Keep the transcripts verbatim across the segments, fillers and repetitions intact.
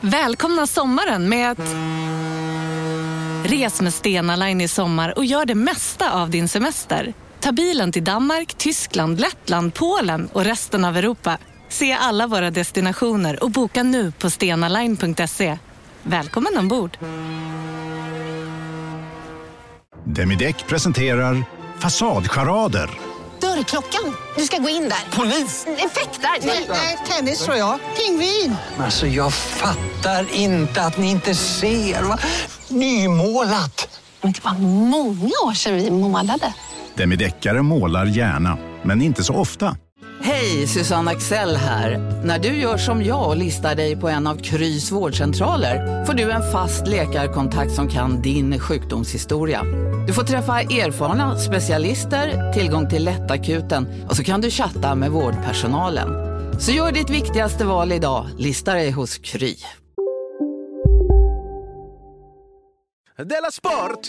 Välkomna sommaren med att... Res med Stena Line i sommar och gör det mesta av din semester. Ta bilen till Danmark, Tyskland, Lettland, Polen och resten av Europa. Se alla våra destinationer och boka nu på stenaline punkt se. Välkommen ombord! Demideck presenterar Fasadcharader. Dörrklockan. Du ska gå in där. Polis? Effektar? Nej, tennis tror jag. Pingvin. Alltså jag fattar inte att ni inte ser. Va? Nymålat. Men det var många år sedan vi målade. Demideckare målar gärna, men inte så ofta. Hej, Susanne Axel här. När du gör som jag och listar dig på en av Krys vårdcentraler får du en fast läkarkontakt som kan din sjukdomshistoria. Du får träffa erfarna specialister, tillgång till lättakuten och så kan du chatta med vårdpersonalen. Så gör ditt viktigaste val idag, lista dig hos Kry. Della Sport!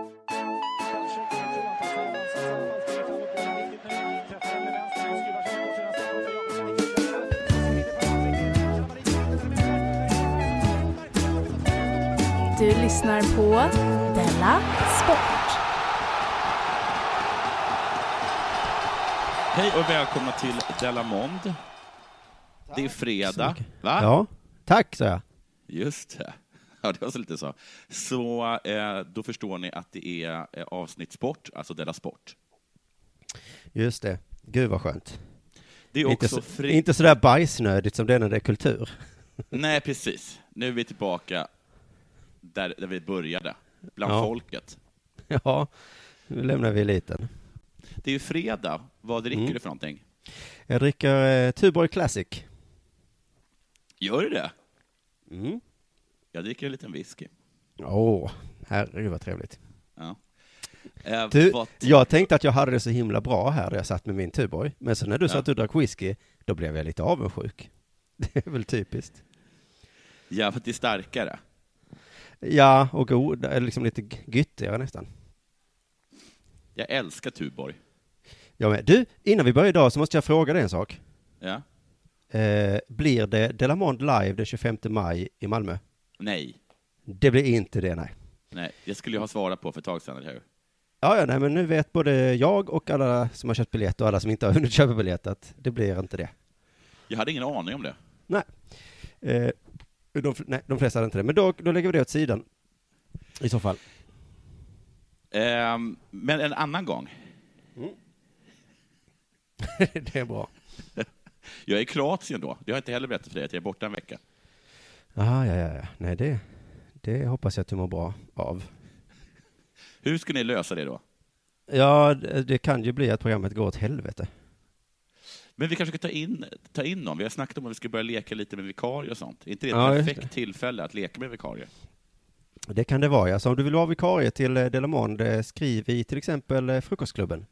Du lyssnar på Della Sport. Hej och välkomna till Della Mond. Det är fredag, va? Ja, tack så jag. Just det. Ja, det var så lite så. Så eh, då förstår ni att det är eh, avsnitt sport, alltså Della Sport. Just det. Gud vad skönt. Det är inte också så, fri... inte så där bajsnödigt som det är när det är kultur. Nej, precis. Nu är vi tillbaka där, där vi började, bland ja. folket. Ja, nu lämnar vi eliten. Det är ju fredag. Vad dricker mm. du för någonting? Jag dricker eh, Tuborg Classic. Gör du det? Mm. Jag dricker en liten whisky. Åh, oh, herregud vad trevligt. Ja. Eh, du, vad... Jag tänkte att jag hade det så himla bra här där jag satt med min Tuborg. Men så när du ja. sa att du drack whisky, då blev jag lite avundsjuk. Det är väl typiskt. Ja, för att det är starkare. Ja, och god, eller liksom lite gyttigare nästan. Jag älskar Tuborg. Ja, men du, innan vi börjar idag så måste jag fråga dig en sak. Ja. Eh, blir det Della Mond live den tjugofemte maj i Malmö? Nej. Det blir inte det, nej. Nej, jag skulle ju ha svarat på för ett tag sedan, eller hur? Ja, ja, nej, men nu vet både jag och alla som har köpt biljett och alla som inte har hunnit köpa biljett att det blir inte det. Jag hade ingen aning om det. Nej. Eh, de, nej, de flesta hade inte det. Men då, då lägger vi det åt sidan. I så fall. Eh, men en annan gång. Mm. Det är bra. Jag är i Kroatien då. Jag har inte heller berättat för dig att jag är borta en vecka. Aha, ja, ja, ja. Nej, det, det hoppas jag att du mår bra av. Hur ska ni lösa det då? Ja, det, det kan ju bli att programmet går åt helvete. Men vi kanske ska ta in, ta in någon. Vi har snackat om att vi ska börja leka lite med vikarier och sånt. Är inte det ett ja, perfekt tillfälle att leka med vikarier? Det kan det vara, ja. Så om du vill vara vikarie till Della Mond, skriv i till exempel Frukostklubben.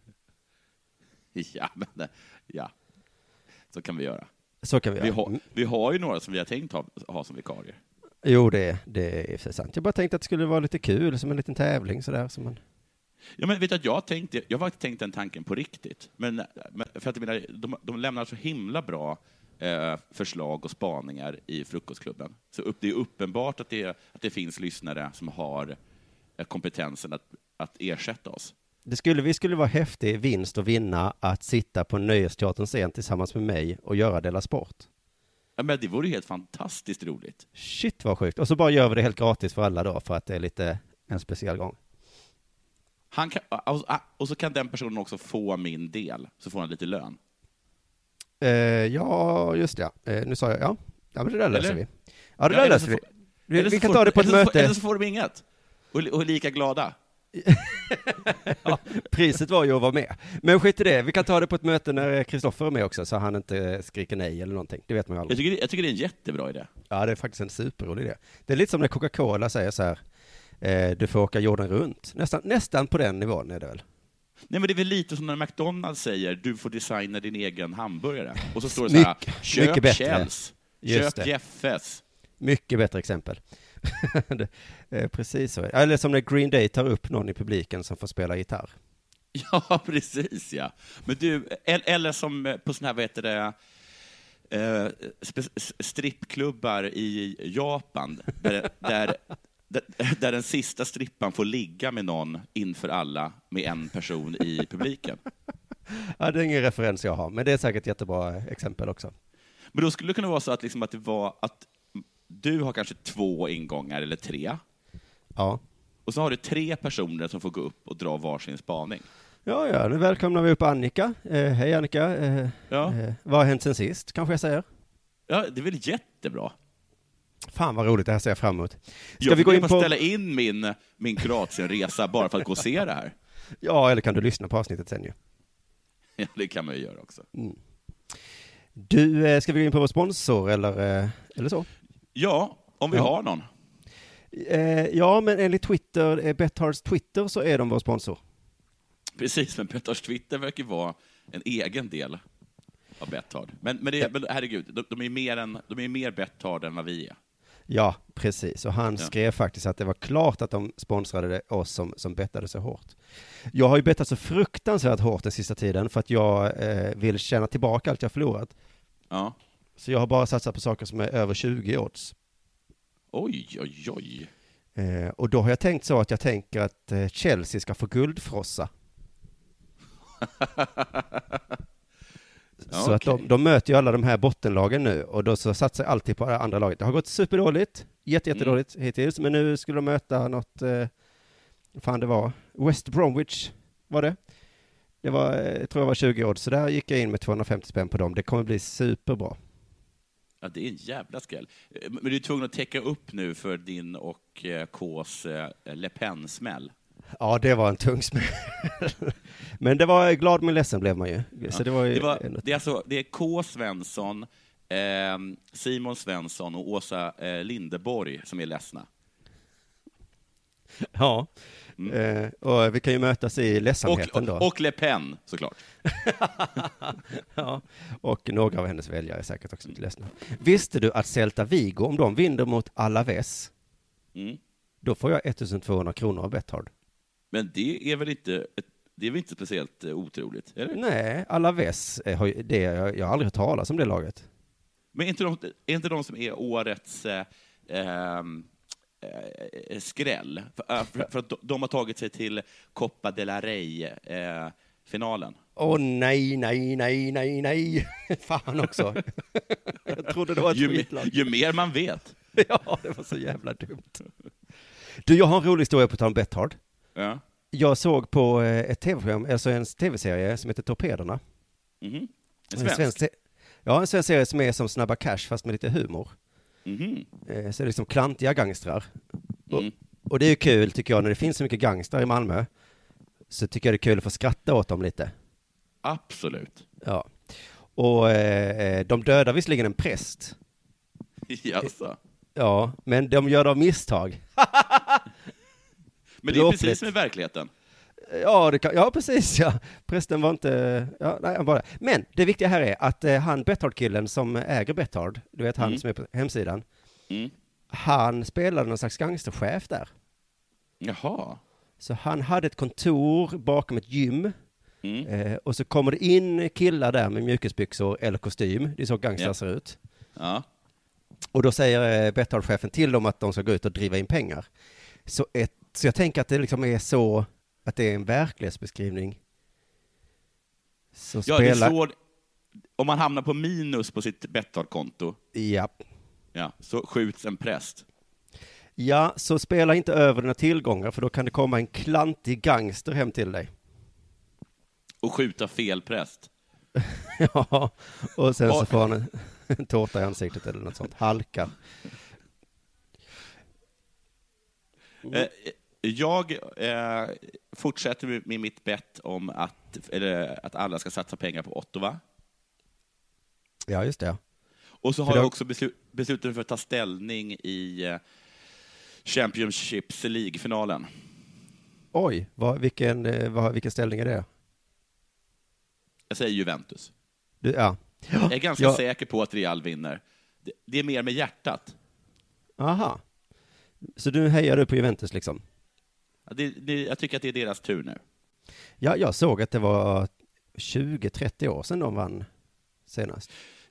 Ja, men ja. Så kan vi göra. Så kan vi göra. Vi har, vi har ju några som vi har tänkt ha, ha som vikarier. Jo, det, det är för sant. Jag bara tänkte att det skulle vara lite kul, som en liten tävling sådär. Som man... Ja, men vet du att jag tänkte, jag har faktiskt tänkt den tanken på riktigt. Men, för att jag menar, de, de lämnar så himla bra eh, förslag och spaningar i Frukostklubben. Så upp, det är uppenbart att det, att det finns lyssnare som har eh, kompetensen att, att ersätta oss. Det skulle, vi skulle vara häftig vinst att vinna att sitta på Nöjesteaterns scen tillsammans med mig och göra Della Sport. Ja, men det vore ju helt fantastiskt roligt. Shit vad sjukt. Och så bara gör vi det helt gratis för alla då, för att det är lite en speciell gång. Han kan, och så kan den personen också få min del, så får han lite lön. Uh, ja, just det. Uh, nu sa jag, ja. Ja, men det där löser eller? vi. Ja, det ja, där löser vi. Får, Vi, vi kan får, ta det på ett eller möte. Så, eller så får de inget. Och, och lika glada. Ja, priset var ju att vara med. Men skit i det, vi kan ta det på ett möte när Kristoffer är med också, så han inte skriker nej eller någonting. Det vet man ju aldrig. Jag tycker, jag tycker det är en jättebra idé. Ja, det är faktiskt en superrolig idé. Det är lite som när Coca-Cola säger så här, eh, du får åka jorden runt. Nästan, nästan på den nivån är det väl? Nej, men det är väl lite som när McDonald's säger, du får designa din egen hamburgare. Och så står det så här, mycket, köp mycket bättre. Kjells, Just köp det. Jeffes. Mycket bättre exempel. det, eh, precis så. Eller som när Green Day tar upp någon i publiken som får spela gitarr. Ja, precis, ja. Men du, eller som på sån här, vad heter det, eh, strippklubbar i Japan där, där, där, där den sista strippan får ligga med någon inför alla med en person i publiken. Ja, det är ingen referens jag har, men det är säkert ett jättebra exempel också. Men då skulle det kunna vara så att, liksom att det var att du har kanske två ingångar eller tre. Ja. Och så har du tre personer som får gå upp och dra varsin spaning. Ja, ja, nu välkomnar vi upp Annika. Eh, hej Annika. Eh, ja. eh, vad har hänt sen sist, kanske jag säger? Ja, det är väl jättebra. Fan vad roligt, det här ser jag fram emot. Ska jag vi gå in på... ställa in min, min Kroatienresa bara för att gå och se det här. Ja, eller kan du lyssna på avsnittet sen ju? Ja, det kan man ju göra också. Mm. Du, eh, ska vi gå in på vår sponsor eller, eh, eller så? Ja, om vi ja. har någon. Eh, ja, men enligt Twitter, eh, Bethards Twitter så är de vår sponsor. Precis, men Bethards Twitter verkar vara en egen del av Bethard. Men, men, det, ja. men herregud, de, de är mer än, de är mer Bethard än vad vi är. Ja, precis. Och han ja. skrev faktiskt att det var klart att de sponsrade oss som, som bettade så hårt. Jag har ju bettat så fruktansvärt hårt den sista tiden för att jag eh, vill tjäna tillbaka allt jag förlorat. Ja. Så jag har bara satsat på saker som är över tjugo odds. Oj, oj, oj. Eh, och då har jag tänkt så att jag tänker att eh, Chelsea ska få guldfrossa. Så okay. att de, de möter ju alla de här bottenlagen nu och då så satsar jag alltid på andra laget. Det har gått superdåligt, jätte, jättedåligt mm. hittills, men nu skulle de möta något, eh, fan det var, West Bromwich var det. Det var, jag tror jag var tjugo odds, så där gick jag in med tvåhundrafemtio spänn på dem. Det kommer bli superbra. Ja, det är en jävla skräll. Men du är tvungen att täcka upp nu för din och K's Le Pen-smäll. Ja, det var en tung smäll. Men det var glad men ledsen blev man ju. Ja. Så det, var ju det, var, en... det, är alltså, det är K. Svensson, eh, Simon Svensson och Åsa eh, Lindeborg som är ledsna. Ja, mm. eh, och vi kan ju mötas i ledsamheten och, och, då. Och Le Pen, såklart. Ja, och några av hennes väljare är säkert också lite ledsna. Visste du att Celta Vigo, om de vinner mot Alaves, mm. då får jag ettusentvåhundra kronor av Bethard. Men det är väl inte, det är väl inte speciellt otroligt, eller? Nej, Alaves, är, det, jag, jag har aldrig hört talas om det laget. Men är inte de, är inte de som är årets eh, eh, skräll? För, för, för att de har tagit sig till Copa de la Rey-finalen. Eh, Åh oh, nej, nej, nej, nej, nej. Fan också. Jag trodde det var ett ju, skitlag. Ju mer man vet. Ja, det var så jävla dumt. Du, jag har en rolig historia på tal om Bethard. Ja. Jag såg på ett tv-program, alltså en tv-serie som heter Torpederna. Mm-hmm. En svensk? En svensk, ja, en svensk serie som är som Snabba Cash fast med lite humor. Mm-hmm. Så det är liksom klantiga gangstrar. Mm. Och, och det är ju kul tycker jag, när det finns så mycket gangstrar i Malmö så tycker jag det är kul att få skratta åt dem lite. Absolut. Ja. Och eh, de dödar visserligen en präst. Jaså. Ja, men de gör det av misstag. Men det är Låpligt. Precis som i verkligheten. Ja, det kan, ja, precis. Ja. Prästen var inte... Ja, nej, bara. Men det viktiga här är att eh, han Bethard-killen som äger Bethard, du vet han mm. som är på hemsidan, mm. han spelade någon slags gangsterchef där. Jaha. Så han hade ett kontor bakom ett gym. Mm. Eh, och så kommer det in killar där med mjukisbyxor eller kostym. Det är så gangstrar ja. ser ut. Ja. Och då säger eh, Bethard-chefen till dem att de ska gå ut och driva in pengar. Så, ett, så jag tänker att det liksom är så att det är en verklighetsbeskrivning. Så ja, spelar... det är så, om man hamnar på minus på sitt Bethard-konto, ja. Ja, så skjuts en präst. Ja, så spela inte över dina tillgångar för då kan det komma en klantig gangster hem till dig. Och skjuta fel präst. Ja, och sen så får han en, en tårta i ansiktet eller något sånt. Halkar. Mm. Jag eh, fortsätter med mitt bett om att, eller, att alla ska satsa pengar på Ottawa. Ja, just det. Och så har för jag också beslut, beslutat mig för att ta ställning i eh, Championships League-finalen. Oj, vad, vilken, vad, vilken ställning är det? Jag säger Juventus. Du, ja. Jag är ganska ja. säker på att Real vinner. Det, det är mer med hjärtat. Aha. Så du hejar du på Juventus liksom? Det, det, jag tycker att det är deras tur nu. Ja, jag såg att det var tjugo trettio år sedan de vann senast.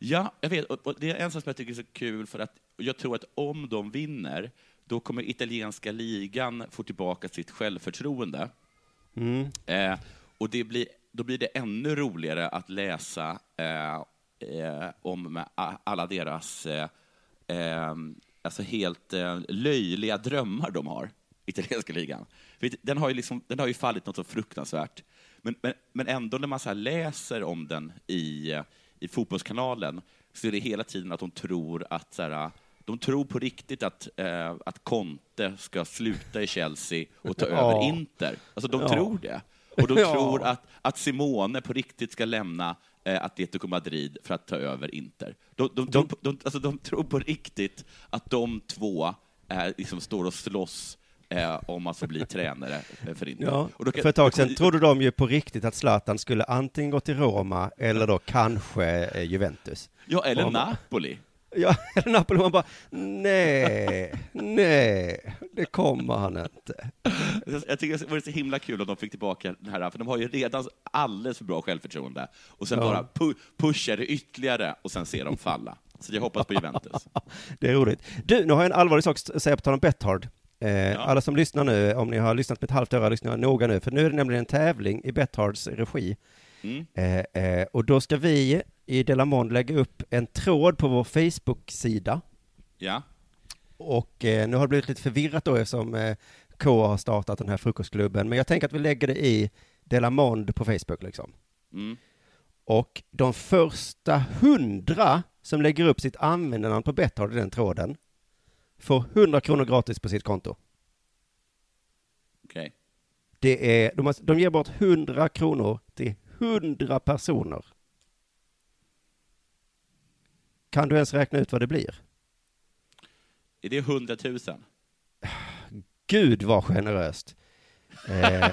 Ja, jag vet. Och det är en sak som jag tycker är så kul, för att jag tror att om de vinner, då kommer italienska ligan få tillbaka sitt självförtroende. Mm. Eh, och det blir, då blir det ännu roligare att läsa eh, eh, om alla deras eh, eh, alltså helt eh, löjliga drömmar de har, italienska ligan. Den har ju, liksom, den har ju fallit något så fruktansvärt. Men, men, men ändå när man så här läser om den i, i fotbollskanalen, så är det hela tiden att de tror att så här, de tror på riktigt att, eh, att Conte ska sluta i Chelsea och ta ja. över Inter. Alltså de ja. tror det. Och de ja. tror att, att Simone på riktigt ska lämna eh, Atletico Madrid för att ta över Inter. De, de, de, de, de, alltså de tror på riktigt att de två eh, liksom står och slåss eh, om att få bli tränare för Inter. Ja. Och då kan, för ett tag sedan trodde de ju på riktigt att Zlatan skulle antingen gå till Roma eller då kanske eh, Juventus. Ja, eller och Napoli. Ja, eller Napoli. Man bara, nej, nej, det kommer han inte. Jag tycker det var så himla kul att de fick tillbaka den här, för de har ju redan alldeles för bra självförtroende. Och sen ja. bara pu- pushar det ytterligare och sen ser de falla. Så jag hoppas på Juventus. Det är roligt. Du, nu har jag en allvarlig sak att säga på tal om Betthard. Eh, ja. Alla som lyssnar nu, om ni har lyssnat med ett halvt öra, lyssnar noga nu, för nu är det nämligen en tävling i Bethards regi. Mm. Eh, eh, och då ska vi i Delamond lägga upp en tråd på vår Facebook-sida. Ja. Och eh, nu har det blivit lite förvirrat då eftersom eh, K har startat den här frukostklubben. Men jag tänker att vi lägger det i Delamond på Facebook liksom. Mm. Och de första hundra som lägger upp sitt användarnamn på Betthard i den tråden får hundra kronor gratis på sitt konto. Okej. Okay. Det är, de, har, de ger bort hundra kronor till hundra personer. Kan du ens räkna ut vad det blir? Är det hundratusen? Gud vad generöst. eh.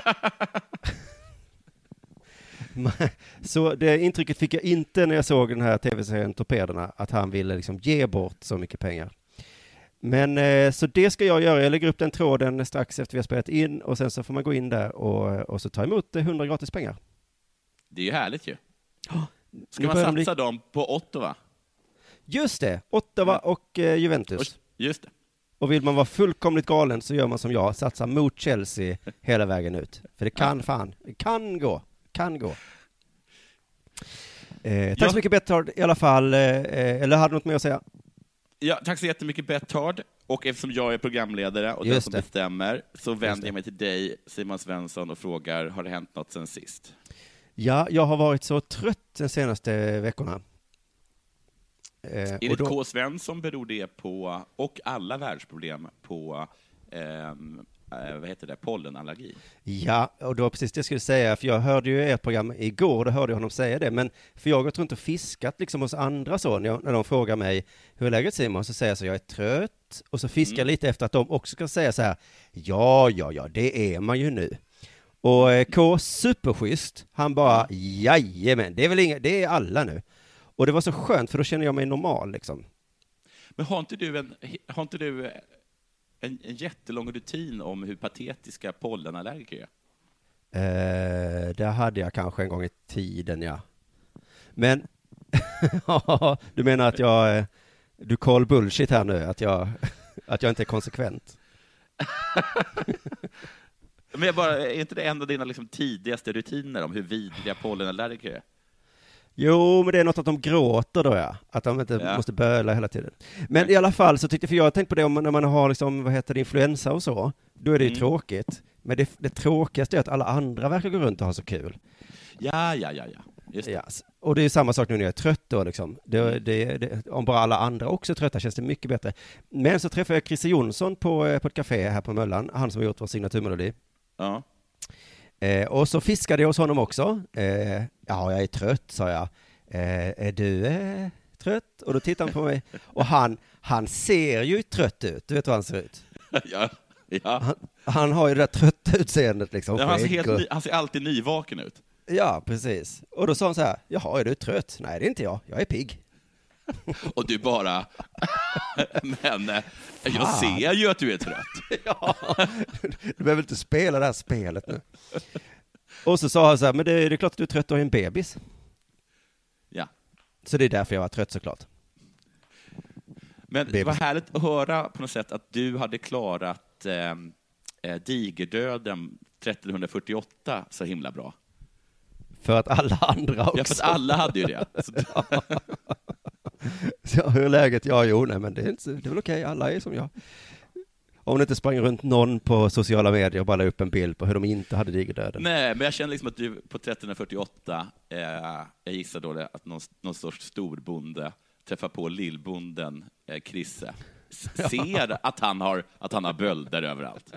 Så det intrycket fick jag inte när jag såg den här tv-serien Torpederna, att han ville liksom ge bort så mycket pengar. Men eh, så det ska jag göra. Jag lägger upp den tråden strax efter vi har spelat in, och sen så får man gå in där och, och så ta emot hundra gratis pengar. Det är ju härligt ju. Oh, ska man satsa bli... dem på Ottawa? Just det, Ottawa och eh, Juventus. Just det. Och vill man vara fullkomligt galen så gör man som jag, satsa mot Chelsea hela vägen ut. För det kan fan, det kan gå, kan gå. Eh, tack ja. så mycket Betthard i alla fall, eh, eller hade du något mer att säga? Ja, tack så jättemycket Betthard. Och eftersom jag är programledare och den som det. bestämmer, så vänder jag mig till dig, Simon Svensson, och frågar, har det hänt något sen sist? Ja, jag har varit så trött de senaste veckorna. Eh, är det då... K. Svensson beror det på, och alla världsproblem på, eh, vad heter det, pollenallergi? Ja, och det var precis det jag skulle säga, för jag hörde ju ert program igår, då hörde jag honom säga det, men för jag har tror inte fiskat liksom hos andra så, när, jag, när de frågar mig, hur är läget Simon? Så säger jag så, jag är trött, och så fiskar mm. lite efter att de också ska säga så här, ja, ja, ja, det är man ju nu. Och eh, K, superschysst, han bara, jajamän, det är väl inga, det är alla nu. Och det var så skönt, för då känner jag mig normal liksom. Men har inte du en, har inte du en, en jättelång rutin om hur patetiska pollenallergiker är? Eh, det hade jag kanske en gång i tiden, ja. Men, du menar att jag, du call bullshit här nu, att jag, att jag inte är konsekvent? Men jag bara, är inte det en av dina liksom tidigaste rutiner om hur vidriga pollenallergiker är? Jo, men det är något att de gråter då, ja. Att de inte ja. måste böla hela tiden. Men i alla fall så tyckte för jag har tänkt på det om när man har liksom, vad heter det, influensa och så. Då är det ju mm. tråkigt. Men det, det tråkigaste är att alla andra verkar gå runt och ha så kul. Ja, ja, ja, ja. Just det. Ja. Och det är samma sak nu när jag är trött då liksom. Det, det, det, om bara alla andra också är trötta känns det mycket bättre. Men så träffade jag Christer Jonsson på, på ett café här på Möllan. Han som har gjort vår signaturmelodi. Ja. Eh, och så fiskade jag hos honom också. Eh, ja, jag är trött, sa jag. Eh, är du eh, trött? Och då tittar han på mig. Och han, han ser ju trött ut. Du vet hur han ser ut? Ja. ja. Han, han har ju det där trötta utseendet liksom. Ja, han, ser helt ny, han ser alltid nyvaken ut. Ja, precis. Och då sa han så här, jaha, är du trött? Nej, det är inte jag. Jag är pigg. Och du bara, men jag ser ju att du är trött. Ja, du behöver inte spela det här spelet nu. Och så sa han så här, men det är, det är klart att du är trött och har en bebis. Ja. Så det är därför jag var trött såklart. Men det var härligt att höra på något sätt att du hade klarat eh, eh, digerdöden tretton fyrtioåtta så himla bra. För att alla andra också. Ja, för att alla hade ju det. Så hur är läget? Ja, jo, nej, men det är, inte, det är väl okej. Alla är som jag. Om det inte sprang runt någon på sociala medier och bara la upp en bild på hur de inte hade digerdöden. Nej, men jag känner liksom att du på tretton fyrtioåtta, eh, jag gissar då det, att någon, någon sorts storbonde träffar på lillbonden eh, Krisse. Ser att han har, att han har bölder överallt.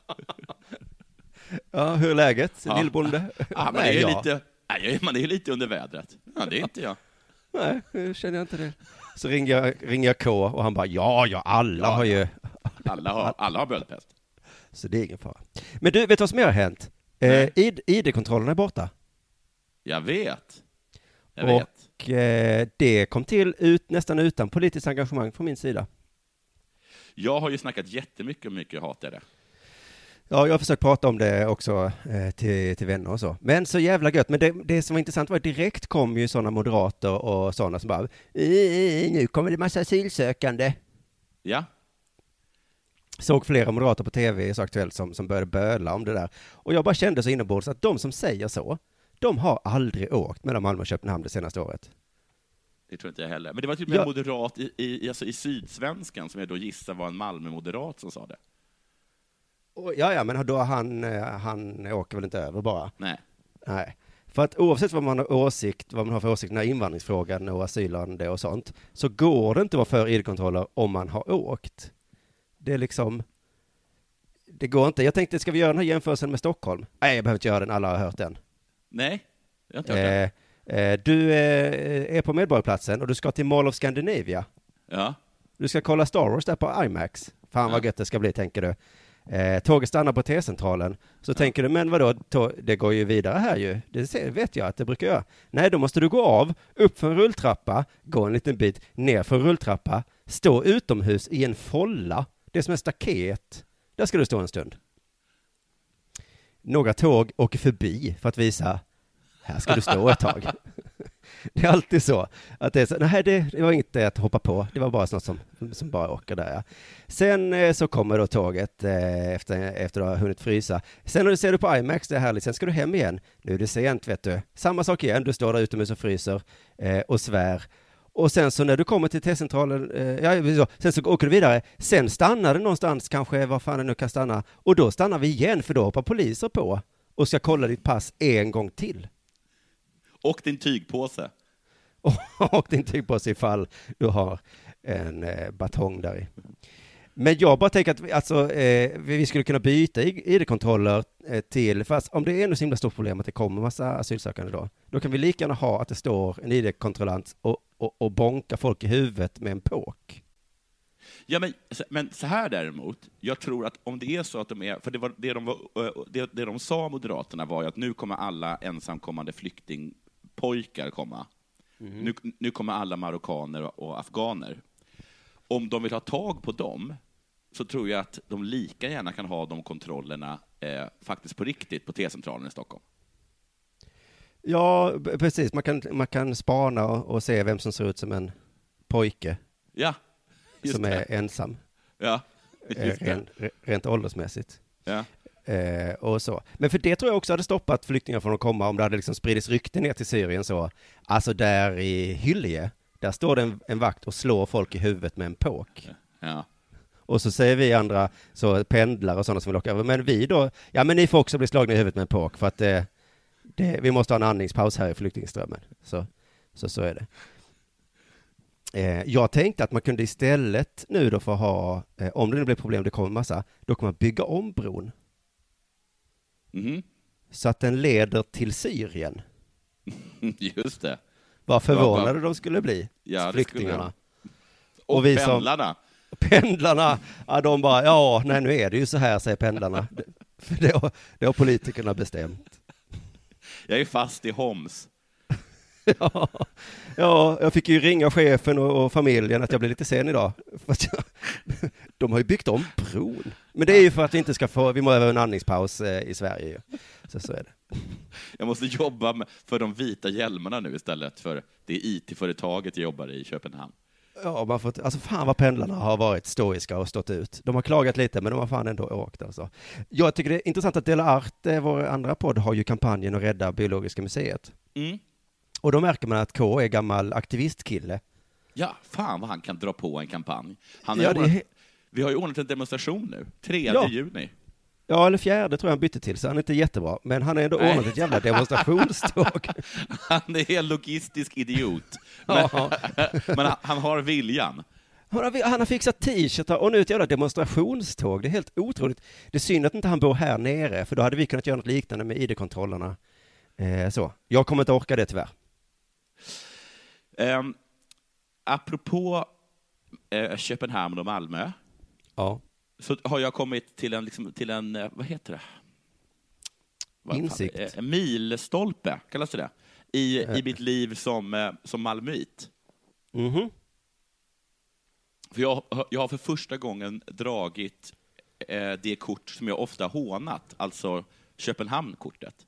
Ja, hur är läget? Ja. Lillbonde? Ja, men det är ju lite, nej, man är ju lite under vädret. Ja, det är inte jag. Nej, nu känner jag inte det. Så ringer jag, ringer jag K och han bara, ja, ja, alla ja, har ju... Alla har, alla har böldpest. Så det är ingen fara. Men du, vet du vad som har hänt? Eh, I D-kontrollerna är borta. Jag vet. Jag och vet. Eh, det kom till ut, nästan utan politiskt engagemang från min sida. Jag har ju snackat jättemycket om mycket hat är det. Ja, jag har försökt prata om det också eh, till, till vänner och så. Men så jävla gött. Men det, det som var intressant var att direkt kom ju sådana moderater och sådana som bara, nu kommer det massa asylsökande. Ja. Såg flera moderater på tv så aktuellt som, som började böla om det där. Och jag bara kände så inombords att de som säger så, de har aldrig åkt mellan Malmö och Köpenhamn det senaste året. Det tror inte jag heller. Men det var typ en ja. moderat i, i, alltså i Sydsvenskan som jag då gissar var en Malmö-moderat som sa det. Ja, ja, men då han, han åker väl inte över bara? Nej. Nej. För att oavsett vad man har åsikt, vad man har för åsikt när invandringsfrågan och asylande och sånt, så går det inte att vara för I D-kontroller om man har åkt. Det är liksom, det går inte. Jag tänkte, ska vi göra den här jämförelsen med Stockholm? Nej, jag behöver inte göra den, alla har hört den. Nej, jag har inte hört eh, den. Eh, du eh, är på Medborgarplatsen och du ska till Mall of Scandinavia. Ja. Du ska kolla Star Wars där på IMAX. Fan ja. Vad gött det ska bli, tänker du. Eh, tåget stannar på T-centralen. Så ja. tänker du, men vadå, tå- det går ju vidare här ju. Det vet jag att det brukar göra. Nej, då måste du gå av, upp för en rulltrappa, gå en liten bit, ner för en rulltrappa, stå utomhus i en folla. Det är som en staket. Där ska du stå en stund. Några tåg åker förbi för att visa, här ska du stå ett tag. Det är alltid så. Att det, är så nej, det, det var inte att hoppa på. Det var bara något som, som bara åker där. Ja. Sen eh, så kommer då tåget eh, efter, efter att ha hunnit frysa. Sen när du ser du på IMAX, det är härligt. Sen ska du hem igen. Nu är det sent, vet du. Samma sak igen. Du står där utomhus och fryser eh, och svär. Och sen så när du kommer till T-centralen, eh, ja, sen så åker du vidare. Sen stannar det någonstans, kanske var fan det nu kan stanna. Och då stannar vi igen, för då hoppar poliser på och ska kolla ditt pass en gång till. Och din tygpåse. Och din tygpåse ifall du har en eh, batong där i. Men jag bara tänker att alltså, eh, vi skulle kunna byta I D-kontroller eh, till, fast om det är ett så himla stort problem att det kommer massa asylsökande då, då kan vi lika gärna ha att det står en I D-kontrollant och, och, och bonka folk i huvudet med en påk. Ja, men, men så här däremot, jag tror att om det är så att de är, för det, var, det, de, var, det, det de sa, Moderaterna, var ju att nu kommer alla ensamkommande flyktingpojkar komma. Mm. Nu, nu kommer alla marockaner och afghaner. Om de vill ha tag på dem, så tror jag att de lika gärna kan ha de kontrollerna eh, faktiskt på riktigt på T-centralen i Stockholm. Ja, b- precis. Man kan, man kan spana och, och se vem som ser ut som en pojke. Ja, just som det. är ensam. Ja, just rent, det. Rent åldersmässigt. Ja. Eh, och så. Men för det tror jag också hade stoppat flyktingar från att komma om det hade liksom spridits rykten ner till Syrien så. Alltså där i Hyllie, där står det en, en vakt och slår folk i huvudet med en påk. Ja. Och så säger vi andra, så pendlar och sådana som vill åka över, men vi då, ja men ni får också bli slagna i huvudet med en påk för att eh, det, vi måste ha en andningspaus här i flyktingströmmen. Så, så, så är det. Eh, jag tänkte att man kunde istället nu då få ha, eh, om det nu blir problem, det kommer massa, då kan man bygga om bron. Mm. Så att den leder till Syrien. Just det. Vad förvånade ja, de skulle bli, ja, flyktingarna. Och, och vi pendlarna. Som, pendlarna, ja, de bara, ja, nej nu är det ju så här, säger pendlarna. För det har, det har politikerna bestämt. Jag är fast i Homs. Ja, ja, jag fick ju ringa chefen och, och familjen att jag blev lite sen idag. För att jag, de har ju byggt om bron. Men det är ju för att vi inte ska få, vi må över en andningspaus eh, i Sverige. Så, så är det. Jag måste jobba med, för de vita hjälmarna nu istället för det I T-företaget jag jobbar i Köpenhamn. Ja, man får, alltså fan vad pendlarna har varit stoiska och stått ut. De har klagat lite, men de har fan ändå åkt. Alltså. Jag tycker det är intressant att Dela Art, vår andra podd, har ju kampanjen att rädda Biologiska museet. Mm. Och då märker man att K är gammal aktivistkille. Ja, fan vad han kan dra på en kampanj. Han ja, ordnat, är... Vi har ju ordnat en demonstration nu, tredje ja. juni. Ja, eller fjärde tror jag han bytte till, så han är inte jättebra. Men han har ändå ordnat ett jävla demonstrationståg. Han är en logistisk idiot. Men, men han, han har viljan. Han har, han har fixat t-shirtar och nu ett jävla demonstrationståg. Det är helt otroligt. Det är synd att inte han bor här nere, för då hade vi kunnat göra något liknande med I D-kontrollerna. Eh, så. Jag kommer inte orka det tyvärr. Um, apropå uh, Köpenhamn och Malmö. Ja. Så har jag kommit till en, liksom, till en vad heter det? Vad Insikt. Fan, en milstolpe, kallas det det? I, äh. i mitt liv som, som malmöit. Mhm. För jag, jag har för första gången dragit eh, det kort som jag ofta hånat, alltså Köpenhamn-kortet.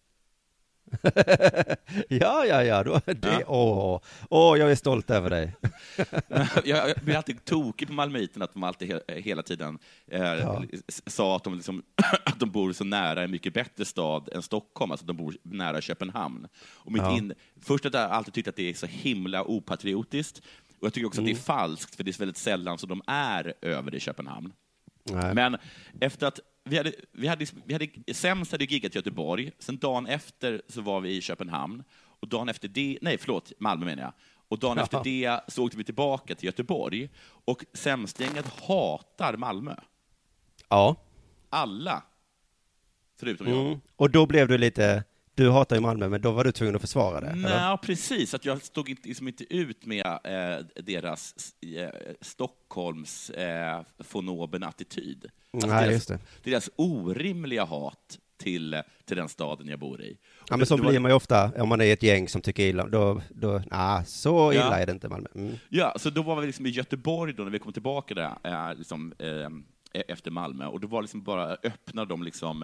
ja, ja, ja. Då, det, ja. Åh, åh, jag är stolt över dig. jag, jag blir alltid tokig på malmöiten att de alltid he, hela tiden eh, ja. sa att de, liksom, att de bor så nära en mycket bättre stad än Stockholm, alltså de bor nära Köpenhamn. Och mitt ja. in, först att jag alltid tyckt att det är så himla opatriotiskt, och jag tycker också mm. att det är falskt, för det är väldigt sällan så de är över i Köpenhamn. Nej. Men efter att vi hade, vi hade, vi hade, sämst hade giggat i Göteborg, sen dagen efter så var vi i Köpenhamn, och dagen efter det, nej förlåt, Malmö menar jag, och dagen ja. efter det så åkte vi tillbaka till Göteborg, och sämstgänget hatar Malmö. Ja. Alla, förutom mm. jag. Och då blev du lite, du hatar ju Malmö, men då var du tvungen att försvara det? Nej, eller? Precis, att jag stod inte, liksom inte ut med eh, deras eh, Stockholms eh, fonoben attityd. Alltså Nej, deras, just det. deras orimliga hat till, till den staden jag bor i. Och ja, men det, så det blir var... man ju ofta, om man är ett gäng som tycker illa, då, då nah, så illa ja. är det inte Malmö. Mm. Ja, så då var vi liksom i Göteborg då, när vi kom tillbaka där, eh, liksom, eh, efter Malmö, och då var liksom bara öppna de liksom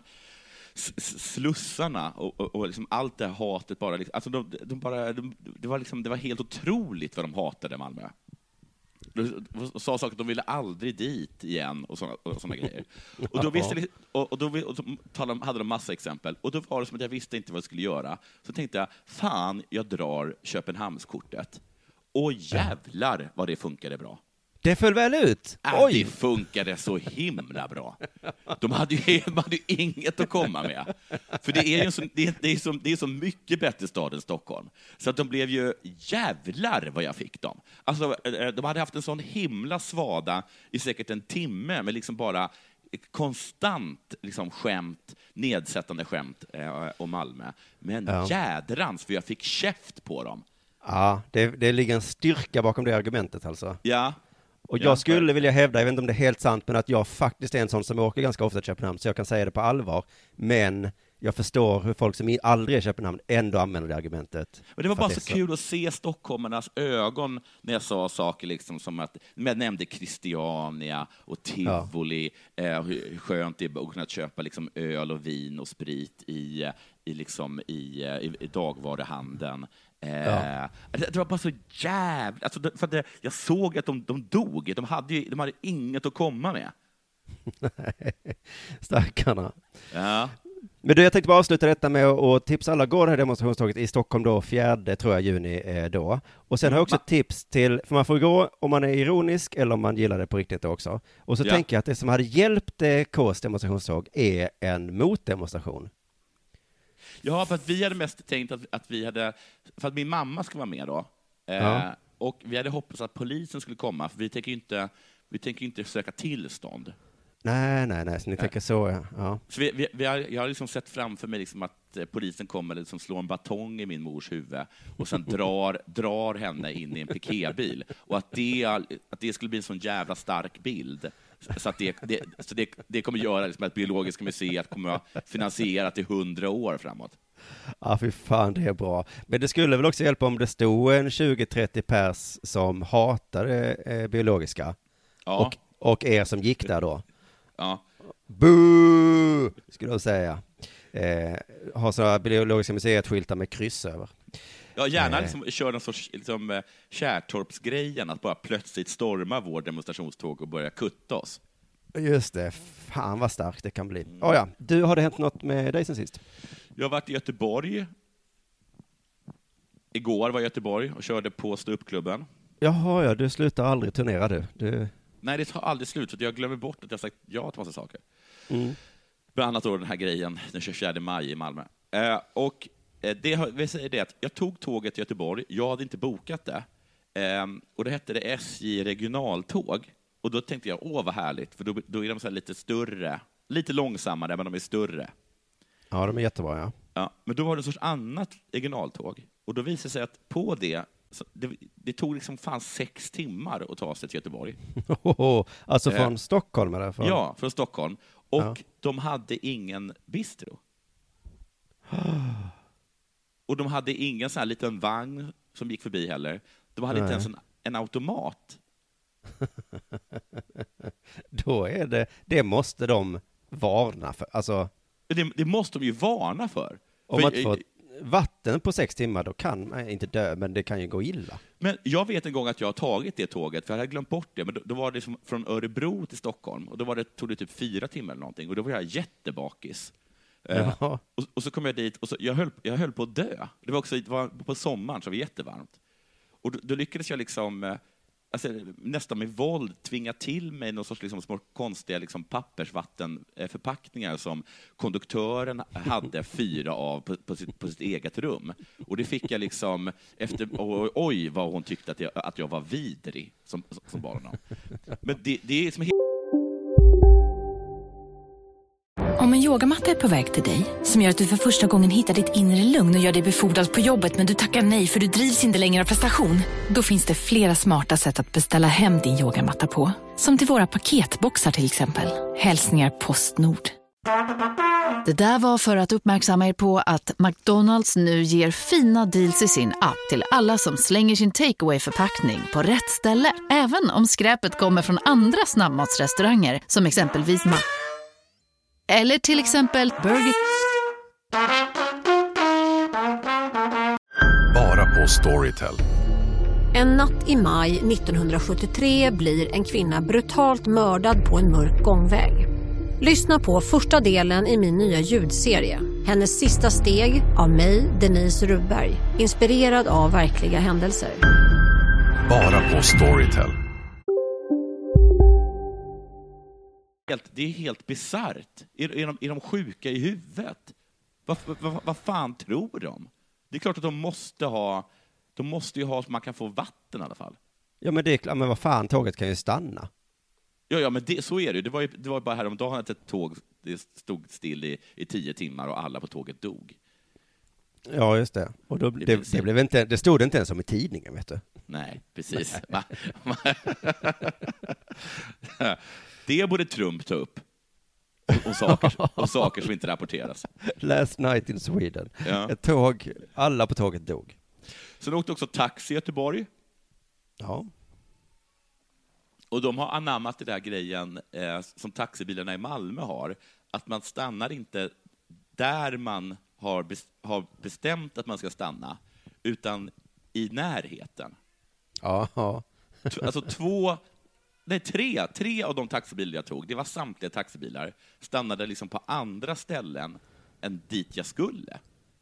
slussarna och, och, och liksom allt det hatet bara, liksom, alltså de, de bara de, det var liksom, det var helt otroligt vad de hatade Malmö. De sa saker att de ville aldrig dit igen och såna, och såna grejer. Och då visste och, och då och så talade, hade de massa exempel, och då var det som att jag visste inte vad jag skulle göra. Så tänkte jag, fan, jag drar Köpenhamnskortet. Och jävlar vad det funkade bra. Det föll väl ut? Äh, Oj. Det funkade så himla bra. De hade ju, de hade ju inget att komma med. För det är ju så, det är, det är så, det är så mycket bättre stad än Stockholm. Så att de blev ju jävlar vad jag fick dem. Alltså, de hade haft en sån himla svada i säkert en timme med liksom bara konstant liksom skämt, nedsättande skämt eh, om Malmö. Men ja. jädrans, för jag fick käft på dem. Ja, det, det ligger en styrka bakom det argumentet alltså. Ja. Och jag skulle vilja hävda, jag vet inte om det är helt sant, men att jag faktiskt är en sån som åker ganska ofta till Köpenhamn, så jag kan säga det på allvar. Men jag förstår hur folk som aldrig är i Köpenhamn ändå använder det argumentet. Och det var bara så, så kul att se stockholmarnas ögon när jag sa saker liksom som att, jag nämnde Christiania och Tivoli, ja. eh, hur skönt det är att kunna köpa liksom öl och vin och sprit i, i, liksom, i, i, i dagvaruhandeln. Ja. Det var bara så jävla... Alltså, för det, jag såg att de, de dog. De hade, ju, de hade inget att komma med. Stackarna. Ja. Men du, jag tänkte bara avsluta detta med att tipsa alla gå det här demonstrationståget i Stockholm då, fjärde tror jag juni eh, då. Och sen har jag också ett tips till, för man får gå om man är ironisk eller om man gillar det på riktigt också. Och så ja. tänker jag att det som hade hjälpt eh, Ks demonstrationståg är en motdemonstration. Ja, för att vi hade mest tänkt att, att vi hade, för att min mamma ska vara med då, eh, ja. och vi hade hoppats att polisen skulle komma, för vi tänker ju inte, vi tänker inte söka tillstånd. Nej, nej, nej, så ni nej. tänker så, ja. ja. Så vi, vi, vi har, jag har liksom sett framför mig liksom att polisen kommer och liksom slår en batong i min mors huvud och sen drar, drar henne in i en piketbil. Och att det, att det skulle bli en sån jävla stark bild. Så, att det, det, så det, det kommer göra liksom att Biologiska museet kommer att finansiera till hundra år framåt. Ja, fy fan, det är bra. Men det skulle väl också hjälpa om det stod en tjugo trettio pers som hatade eh, biologiska. Ja. Och, och er som gick där då. Ja. Boo! Skulle jag säga. Eh, har sådana biologiska museet-skyltar med kryss över. Ja, gärna liksom, kör en sorts liksom, Kärtorpsgrejen, att bara plötsligt storma vår demonstrationståg och börja kutta oss. Just det, fan vad starkt det kan bli. Mm. Oh ja, du, har det hänt något med dig sen sist? Jag har varit i Göteborg. Igår var jag i Göteborg och körde på ståuppklubben. Jaha, ja, du slutar aldrig turnera du. du... Nej, det tar aldrig slut, för jag glömmer bort att jag sagt ja till massa saker. Mm. Bland annat då den här grejen den tjugofjärde maj i Malmö. Eh, och det vill säga det att jag tog tåget till Göteborg, jag hade inte bokat det. Eh, och det hette det S J regionaltåg. Och då tänkte jag, åh vad härligt, för då, då är de så här lite större, lite långsammare, men de är större. Ja, de är jättebra, ja. Ja, men då var det en sorts annat regionaltåg. Och då visade det sig att på det, det, det tog liksom fan sex timmar att ta sig till Göteborg. Alltså från eh, Stockholm eller? Från... Ja, från Stockholm. Och ja. De hade ingen bistro. Och de hade ingen sån här liten vagn som gick förbi heller. De hade Nej. inte ens en, en automat. Då är det, det måste de varna för. Alltså, det, det måste de ju varna för. Om för, man får vatten på sex timmar, då kan man inte dö, men det kan ju gå illa. Men jag vet en gång att jag har tagit det tåget, för jag hade glömt bort det, men då, då var det som från Örebro till Stockholm, och då var det, tog det typ fyra timmar eller någonting, och då var jag jättebakis. Uh, och, och så kom jag dit, och så, jag, höll, jag höll på att dö. Det var också det var på sommaren, så det var jättevarmt. Och då, då lyckades jag liksom, uh, alltså, nästan med våld tvinga till mig någon sorts liksom, små konstiga liksom, pappersvattenförpackningar som konduktören hade fyra av på, på, sitt, på sitt eget rum. Och det fick jag liksom efter, oj, oj vad hon tyckte att jag, att jag var vidrig som, som barn. Men det, det är som helt... Om en yogamatta är på väg till dig, som gör att du för första gången hittar ditt inre lugn och gör dig befordrad på jobbet, men du tackar nej för du drivs inte längre av prestation. Då finns det flera smarta sätt att beställa hem din yogamatta på. Som till våra paketboxar till exempel. Hälsningar Postnord. Det där var för att uppmärksamma er på att McDonalds nu ger fina deals i sin app till alla som slänger sin takeaway-förpackning på rätt ställe. Även om skräpet kommer från andra snabbmatsrestauranger, som exempelvis Ma... Eller till exempel Burger... Bara på Storytel. En natt i maj nittonhundrasjuttiotre blir en kvinna brutalt mördad på en mörk gångväg. Lyssna på första delen i min nya ljudserie. Hennes sista steg av mig, Denise Rubberg. Inspirerad av verkliga händelser. Bara på Storytel. Det är helt bizarrt. Är, är, de, är de sjuka i huvudet? Vad, vad, vad fan tror de? Det är klart att de måste ha... De måste ju ha så man kan få vatten i alla fall. Ja, men det är klart. Men vad fan, tåget kan ju stanna. Ja, ja men det, så är det ju. Det var ju det var bara häromdagen att ett tåg det stod still i, i tio timmar och alla på tåget dog. Ja, just det. Och då, det, det, blev inte, det stod inte ens som i tidningen, vet du. Nej, precis. Nej. Det borde Trump ta upp. Och saker, och saker som inte rapporteras. Last night in Sweden. Ja. Ett tåg, alla på tåget dog. Sen åkte också taxi i Göteborg. Ja. Och de har anammat den där grejen eh, som taxibilarna i Malmö har. Att man stannar inte där man har, bes- har bestämt att man ska stanna, utan i närheten. Ja. T- alltså två... Nej, tre, tre av de taxibilar jag tog, det var samtliga taxibilar, stannade liksom på andra ställen än dit jag skulle.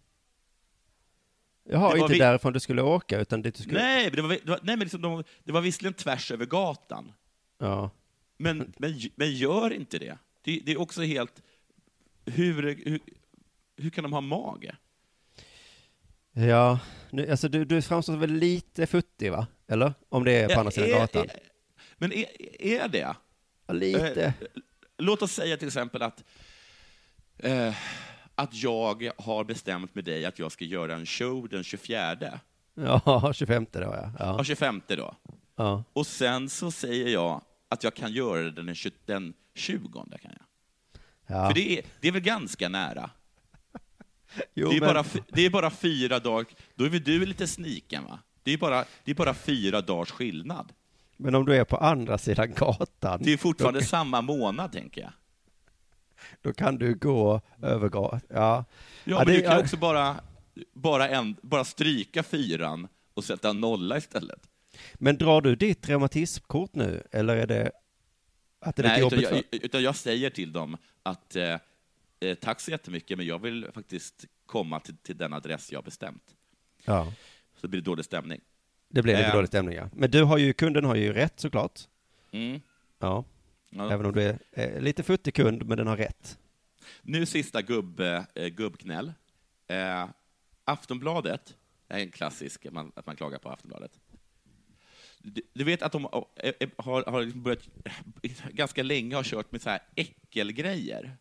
Jaha, inte vi... därifrån du skulle åka, utan dit du skulle... Nej, det var, det var, nej, men liksom de, det var visserligen tvärs över gatan. Ja. Men, men, men gör inte det. Det, det är också helt... Hur, hur, hur kan de ha mage? Ja, nu, alltså du, du framstår väl lite futtig, va? Eller? Om det är på ja, andra sidan är, gatan. Är, men är, är det? Ja, lite. Eh, låt oss säga till exempel att eh, att jag har bestämt med dig att jag ska göra en show den tjugofjärde. Ja, tjugofemte då, ja. Ja, tjugofemte då. Ja. Och sen så säger jag att jag kan göra det den, den tjugonde, kan jag. Ja. För det är, det är väl ganska nära. Jo, det, är men... bara, det är bara fyra dagar. Då är väl du lite sniken, va? Det är bara, det är bara fyra dagars skillnad. Men om du är på andra sidan gatan... Det är fortfarande då... samma månad, tänker jag. Då kan du gå över gatan. Ja, ja, ja men det... du kan också bara, bara, en, bara stryka fyran och sätta en nolla istället. Men drar du ditt reumatismkort nu? Eller är det att det är Nej, jobbigt utan jag, för... utan jag säger till dem att eh, tack så jättemycket, men jag vill faktiskt komma till, till den adress jag har bestämt. Ja. Så blir det dålig stämning. Det blir lite eh. dålig stämning, ja. Men du har ju, kunden har ju rätt såklart. Mm. Ja. Ja. Även om du är eh, lite futtig kund, men den har rätt. Nu sista gubb, eh, gubbknäll. Eh, Aftonbladet är en klassisk, man, att man klagar på Aftonbladet. Du, du vet att de eh, har, har liksom börjat, ganska länge har kört med så här äckelgrejer.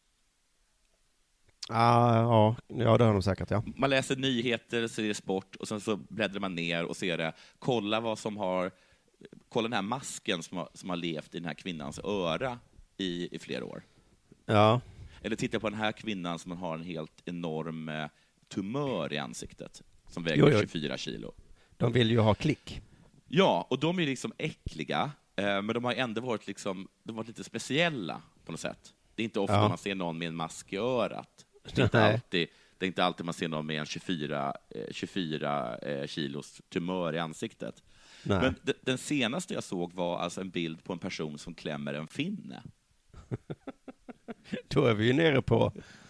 Ah, ja, ja, det har de säkert, ja. Man läser nyheter, så är det sport, och sen så bläddrar man ner och ser det. Kolla vad som har, kolla den här masken som har, som har levt i den här kvinnans öra i, i flera år. Ja. Eller titta på den här kvinnan som har en helt enorm eh, tumör i ansiktet, som väger jo, jo. tjugofyra kilo. De vill ju ha klick. Ja, och de är liksom äckliga, eh, men de har ändå varit, liksom, de har varit lite speciella på något sätt. Det är inte ofta ja. man ser någon med en mask i örat. Det är inte alltid, det är inte alltid man ser någon med en tjugofyra, eh, tjugofyra eh, kilos tumör i ansiktet. Nej. Men d- den senaste jag såg var alltså en bild på en person som klämmer en finne. Då är vi ju nere på...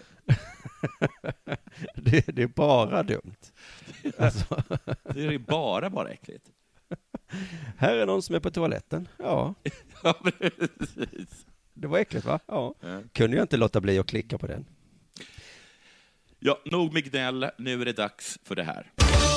det, det är bara dumt. Alltså. Det är bara, bara äckligt. Här är någon som är på toaletten. Ja. Ja, precis. Det var äckligt, va? Ja. Ja. Kunde jag inte låta bli att klicka på den. Ja, nog med gnäll. Nu är det dags för det här.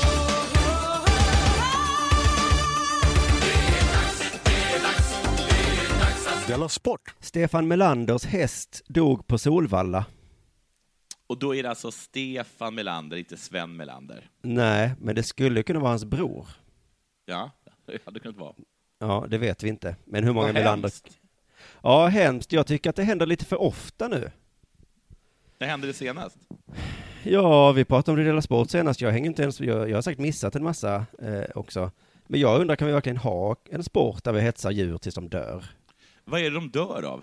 Della Sport. Stefan Melanders häst dog på Solvalla. Och då är det alltså Stefan Melander, inte Sven Melander. Nej, men det skulle kunna vara hans bror. Ja, det hade kunnat vara. Ja, det vet vi inte. Men hur många Vad Melander... hemskt. Ja, hemskt. Jag tycker att det händer lite för ofta nu. Det hände det senast. Ja, vi pratade om det i Della Sport senast. Jag hänger inte ens... Jag, jag har sagt missat en massa eh, också. Men jag undrar, kan vi verkligen ha en sport där vi hetsar djur tills de dör? Vad är det de dör av?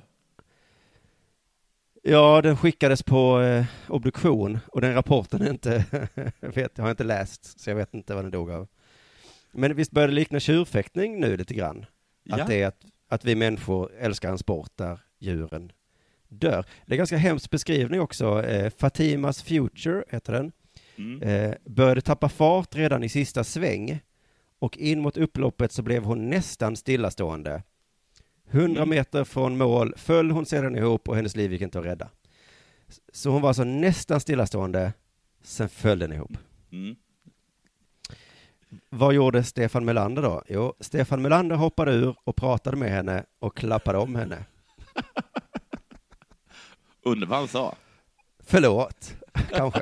Ja, den skickades på eh, obduktion och den rapporten är inte, vet, jag har inte läst, så jag vet inte vad den dog av. Men visst börjar det likna tjurfäktning nu lite grann? Ja. Att det är att, att vi människor älskar en sport där djuren dör. Det är ganska hemskt beskrivning också. Eh, Fatimas Future heter den. Mm. Eh, började tappa fart redan i sista sväng och in mot upploppet så blev hon nästan stillastående. Hundra Mm. meter från mål föll hon sedan ihop och hennes liv gick inte att rädda. Så hon var alltså nästan stillastående, sen föll den ihop. Mm. Vad gjorde Stefan Melander då? Jo, Stefan Melander hoppade ur och pratade med henne och klappade om henne. Undrar vad han sa. Förlåt, kanske.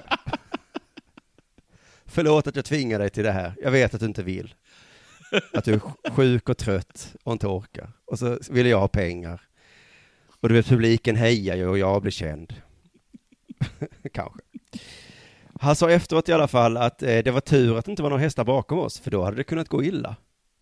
Förlåt att jag tvingar dig till det här. Jag vet att du inte vill. Att du är sjuk och trött och inte orkar. Och så vill jag ha pengar. Och du vet, publiken hejar ju och jag blir känd. Kanske. Han sa efteråt i alla fall att eh, det var tur att det inte var några hästar bakom oss, för då hade det kunnat gå illa.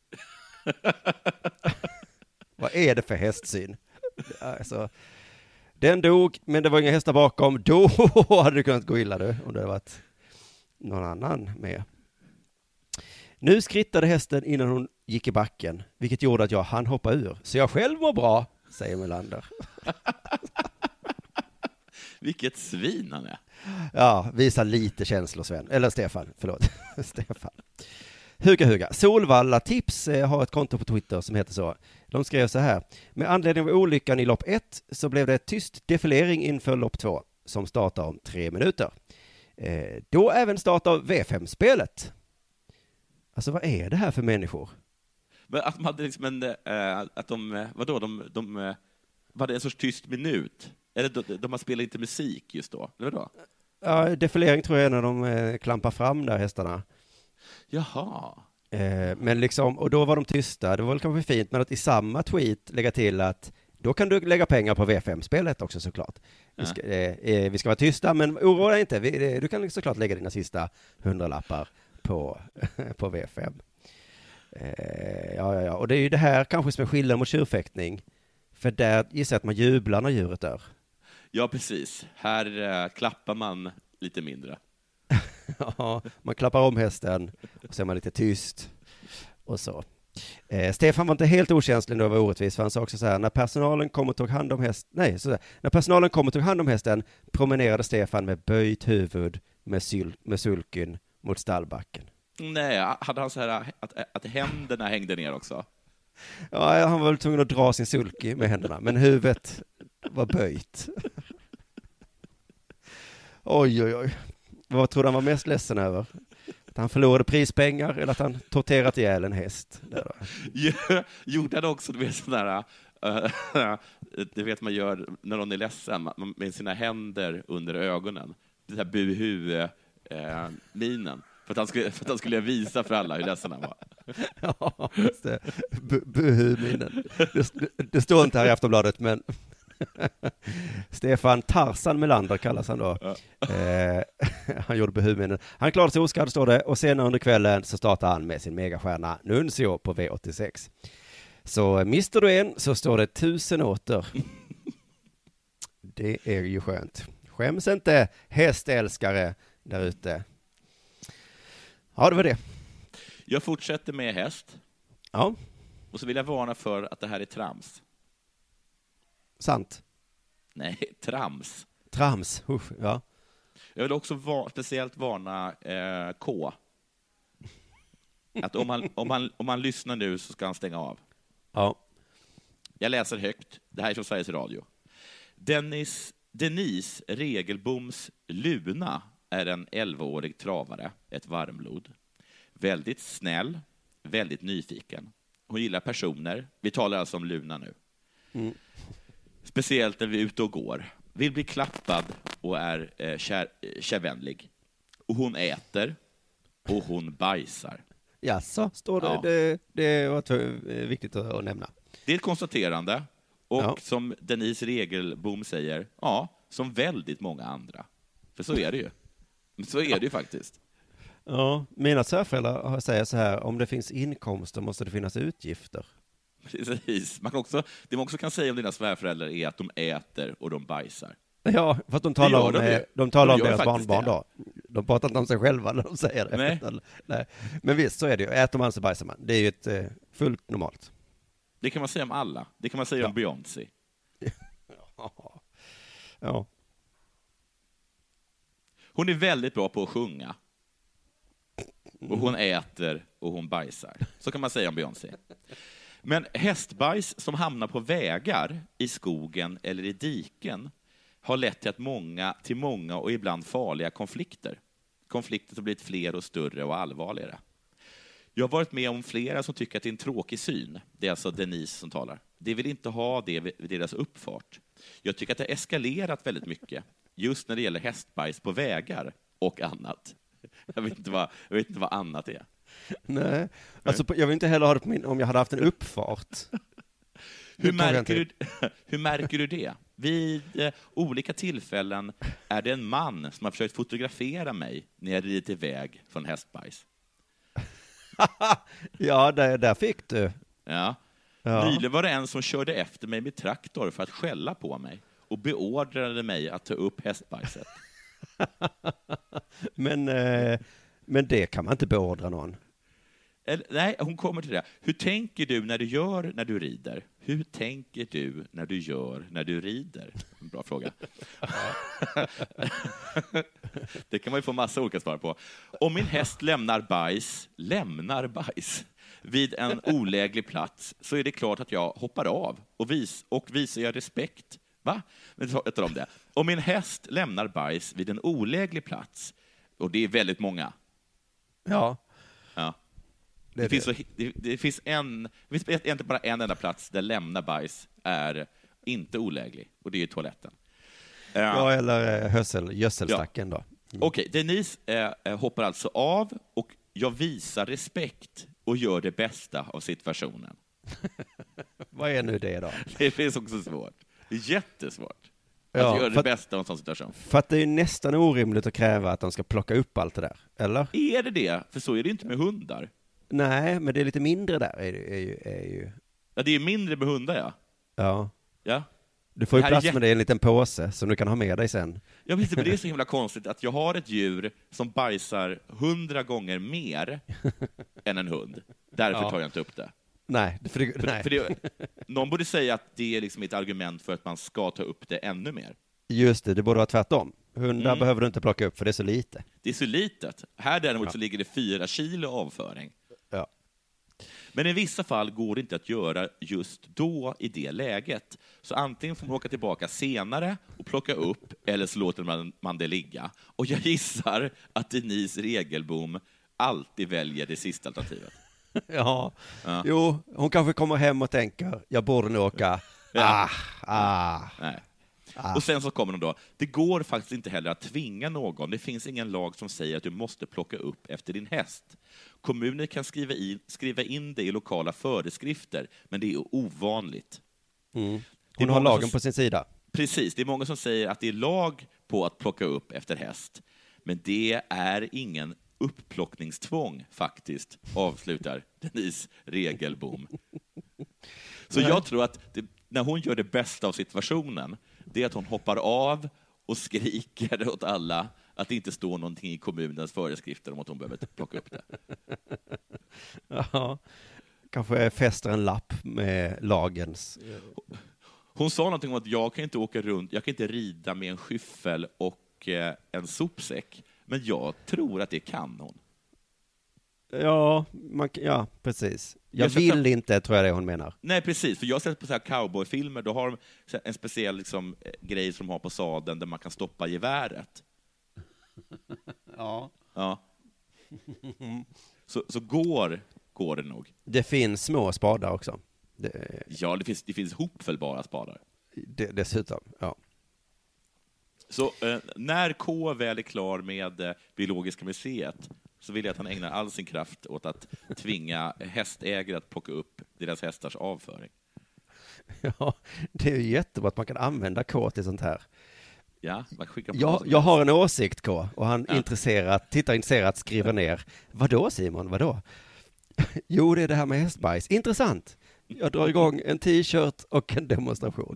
Vad är det för hästsyn? Alltså, den dog, men det var inga hästar bakom. Då hade det kunnat gå illa du, om det hade varit någon annan med. Nu skrittade hästen innan hon gick i backen, vilket gjorde att jag hann hoppa ur. Så jag själv mår bra, säger Melander. Vilket svin han är. Ja, visa lite känslor, Sven. Eller Stefan, förlåt. Stefan. Huga Huga. Solvalla Tips har ett konto på Twitter som heter så. De skrev så här. Med anledning av olyckan i lopp ett så blev det ett tyst defilering inför lopp två som startar om tre minuter. Eh, då även start av V fem-spelet. Alltså vad är det här för människor? Men att de hade liksom en, äh, att de, vadå, de, de, de hade en sorts tyst minut. Eller de, de har spelat inte musik just då, eller vadå? Ja, defilering tror jag är när de eh, klampar fram där hästarna. Jaha. Eh, men liksom, och då var de tysta, det var väl kanske fint, men att i samma tweet lägga till att Då kan du lägga pengar på V fem-spelet också såklart. Vi ska, eh, vi ska vara tysta, men oroa dig inte. Vi, du kan såklart lägga dina sista hundralappar på, på V fem. Eh, ja, ja, ja. Och det är ju det här kanske som är skillnad mot tjurfäktning. För där gissar jag att man jublar när djuret dör. Ja, precis. Här eh, klappar man lite mindre. Ja, man klappar om hästen och så är man lite tyst och så. Eh, Stefan var inte helt okänslig när det var orättvis, för han sa också så här: när personalen kom och tog hand om hästen, nej, så där. När personalen kom och tog hand om hästen promenerade Stefan med böjt huvud med, syl, med sulken mot stallbacken. Nej, hade han så här att, att händerna hängde ner också? Ja, han var väl tvungen att dra sin sulky med händerna, men huvudet var böjt. Oj, oj, oj. Vad tror du han var mest ledsen över? Att han förlorade prispengar eller att han torterat ihjäl en häst? Ja, gjorde han också, du vet, sådär, uh, det vet man gör när någon är ledsen, med sina händer under ögonen. Det här buhu-minen. Uh, för, att han skulle, för att han skulle visa för alla hur ledsen han var. Ja, just det. Buhu-minen. Det, det står inte här i Aftonbladet, men Stefan Tarzan Melander kallas han då. Ja. Eh, han gjorde behuvudminnen. Han klarade sig oskadd, står det, och senare under kvällen så startar han med sin megastjärna Nuncio på V åttiosex. Så mister du en så står det tusen åter. Det är ju skönt. Skäms inte, hästälskare där ute. Ja, det var det. Jag fortsätter med häst. Ja. Och så vill jag varna för att det här är trams. Sant. Nej, trams. Trams, usch, ja. Jag vill också va- speciellt varna eh, K. Att om man, om, man, om man lyssnar nu så ska han stänga av. Ja. Jag läser högt. Det här är från Sveriges Radio. Dennis, Denise Regelboms Luna är en elvaårig travare, ett varmblod. Väldigt snäll, väldigt nyfiken. Hon gillar personer. Vi talar alltså om Luna nu. Mm. Speciellt när vi är ute och går. Vill bli klappad och är eh, kär, kärvänlig. Och hon äter och hon bajsar. Jaså, står det. Ja. Det, det var viktigt att, att nämna. Det är ett konstaterande. Och ja. Som Denise Regelbom säger, ja, som väldigt många andra. För så är det ju. Så är det ju faktiskt. Ja, mina svärföräldrar säger så här: om det finns inkomster måste det finnas utgifter. Precis. Man kan också, det man också kan säga om dina svärföräldrar är att de äter och de bajsar. Ja, för att de talar om, de, de talar de om deras barnbarn då. De pratar inte om sig själva när de säger det. Nej. Nej. Men visst, så är det ju. Äter man så bajsar man. Det är ju ett eh, fullt normalt. Det kan man säga om alla. Det kan man säga ja. om Beyoncé. Ja. Ja. Hon är väldigt bra på att sjunga. Och hon äter och hon bajsar. Så kan man säga om Beyoncé. Men hästbajs som hamnar på vägar, i skogen eller i diken har lett till, att många, till många och ibland farliga konflikter. Konflikter som blivit fler och större och allvarligare. Jag har varit med om flera som tycker att det är en tråkig syn. Det är alltså Denise som talar. De vill inte ha det vid deras uppfart. Jag tycker att det har eskalerat väldigt mycket. Just när det gäller hästbajs på vägar och annat. Jag vet inte vad, jag vet inte vad annat är. Nej, alltså jag vill inte heller ha det på min, om jag hade haft en uppfart. Hur märker, du, hur märker du det? Vid eh, olika tillfällen är det en man som har försökt fotografera mig när jag ridit iväg från hästbajs. Ja, där, där fick du. Ja. Ja. Nyligen var det en som körde efter mig med traktor för att skälla på mig och beordrade mig att ta upp hästbajset. men, eh, men det kan man inte beordra någon. Eller, nej, hon kommer till det. Hur tänker du när du gör när du rider? Hur tänker du när du gör när du rider? En bra fråga. Det kan man ju få massa olika svar på. Om min häst lämnar bajs, lämnar bajs vid en oläglig plats, så är det klart att jag hoppar av och, vis, och visar jag respekt. Va? Men jag tar om det. Om min häst lämnar bajs vid en oläglig plats, och det är väldigt många. Ja. Ja. Det, det, det. Finns så, det, det finns en, det finns egentligen bara en enda plats där lämna bajs är inte oläglig, och det är toaletten. Ja, eller hösel, gödselstacken ja. Då. Mm. Okej, okay, Denise eh, hoppar alltså av och jag visar respekt och gör det bästa av situationen. Vad är nu det då? Det finns också svårt. Det är jättesvårt. Att Ja, göra det för, bästa av en sån situation. för att det är ju nästan orimligt att kräva att de ska plocka upp allt det där, eller? Är det det? För så är det inte med hundar. Nej, men det är lite mindre där. Är, är ju, är ju... Ja, det är mindre med hundar, ja. Ja. Ja. Du får ju Det här plats är jätte- med det i en liten påse som du kan ha med dig sen. Ja, men det är så himla konstigt att jag har ett djur som bajsar hundra gånger mer än en hund. Därför Ja. tar jag inte upp det. Nej, för det, För, nej. för det, någon borde säga att det är liksom ett argument för att man ska ta upp det ännu mer. Just det, det borde vara tvärtom. Hundar Mm. behöver du inte plocka upp för det är så lite. Det är så litet. Här däremot Ja. så ligger det fyra kilo avföring. Ja. Men i vissa fall går det inte att göra just då i det läget. Så antingen får man åka tillbaka senare och plocka upp, eller så låter man, man det ligga. Och jag gissar att Denise Regelbom alltid väljer det sista alternativet. Ja. Ja. Jo, hon kanske kommer hem och tänker, jag borde nog åka. Ja. Ah, ah. Nej. Ah. Och sen så kommer de då, det går faktiskt inte heller att tvinga någon. Det finns ingen lag som säger att du måste plocka upp efter din häst. Kommuner kan skriva in, skriva in det i lokala föreskrifter, men det är ovanligt. Mm. Det är Hon har många lagen som- på sin sida. Precis, det är många som säger att det är lag på att plocka upp efter häst, men det är ingen upplockningstvång faktiskt, avslutar Denise Regelbom. Så Nej. jag tror att det, när hon gör det bästa av situationen, det är att hon hoppar av och skriker åt alla att det inte står någonting i kommunens föreskrifter om att hon behöver plocka upp det. Ja. Kanske fäster en lapp med lagens. Hon sa någonting om att jag kan inte åka runt, jag kan inte rida med en skyffel och eh, en sopsäck, men jag tror att det kan hon. Ja, man, ja, precis. Jag, Jag ska vill ta- inte, tror jag det hon menar. Nej, precis, för jag har sett på så här cowboyfilmer, då har de så här en speciell liksom, eh, grej som de har på sadeln där man kan stoppa geväret. Ja. Ja. Så, så går, går det nog. Det finns små spadar också. Det, Ja, det finns, det finns hopfällbara spadar. det, dessutom, ja. Så eh, när K väl är klar med eh, Biologiska museet så vill jag att han ägnar all sin kraft åt att tvinga hästägare att plocka upp deras hästars avföring. Ja, det är ju jättebra att man kan använda K till sånt här. Ja, man skickar på Jag, vad som jag helst. har en åsikt, K, och han Ja. intresserat, tittar intresserat, skriver ner. Vadå, Simon, vadå? Jo, det är det här med hästbajs. Intressant. Jag drar igång en t-shirt och en demonstration.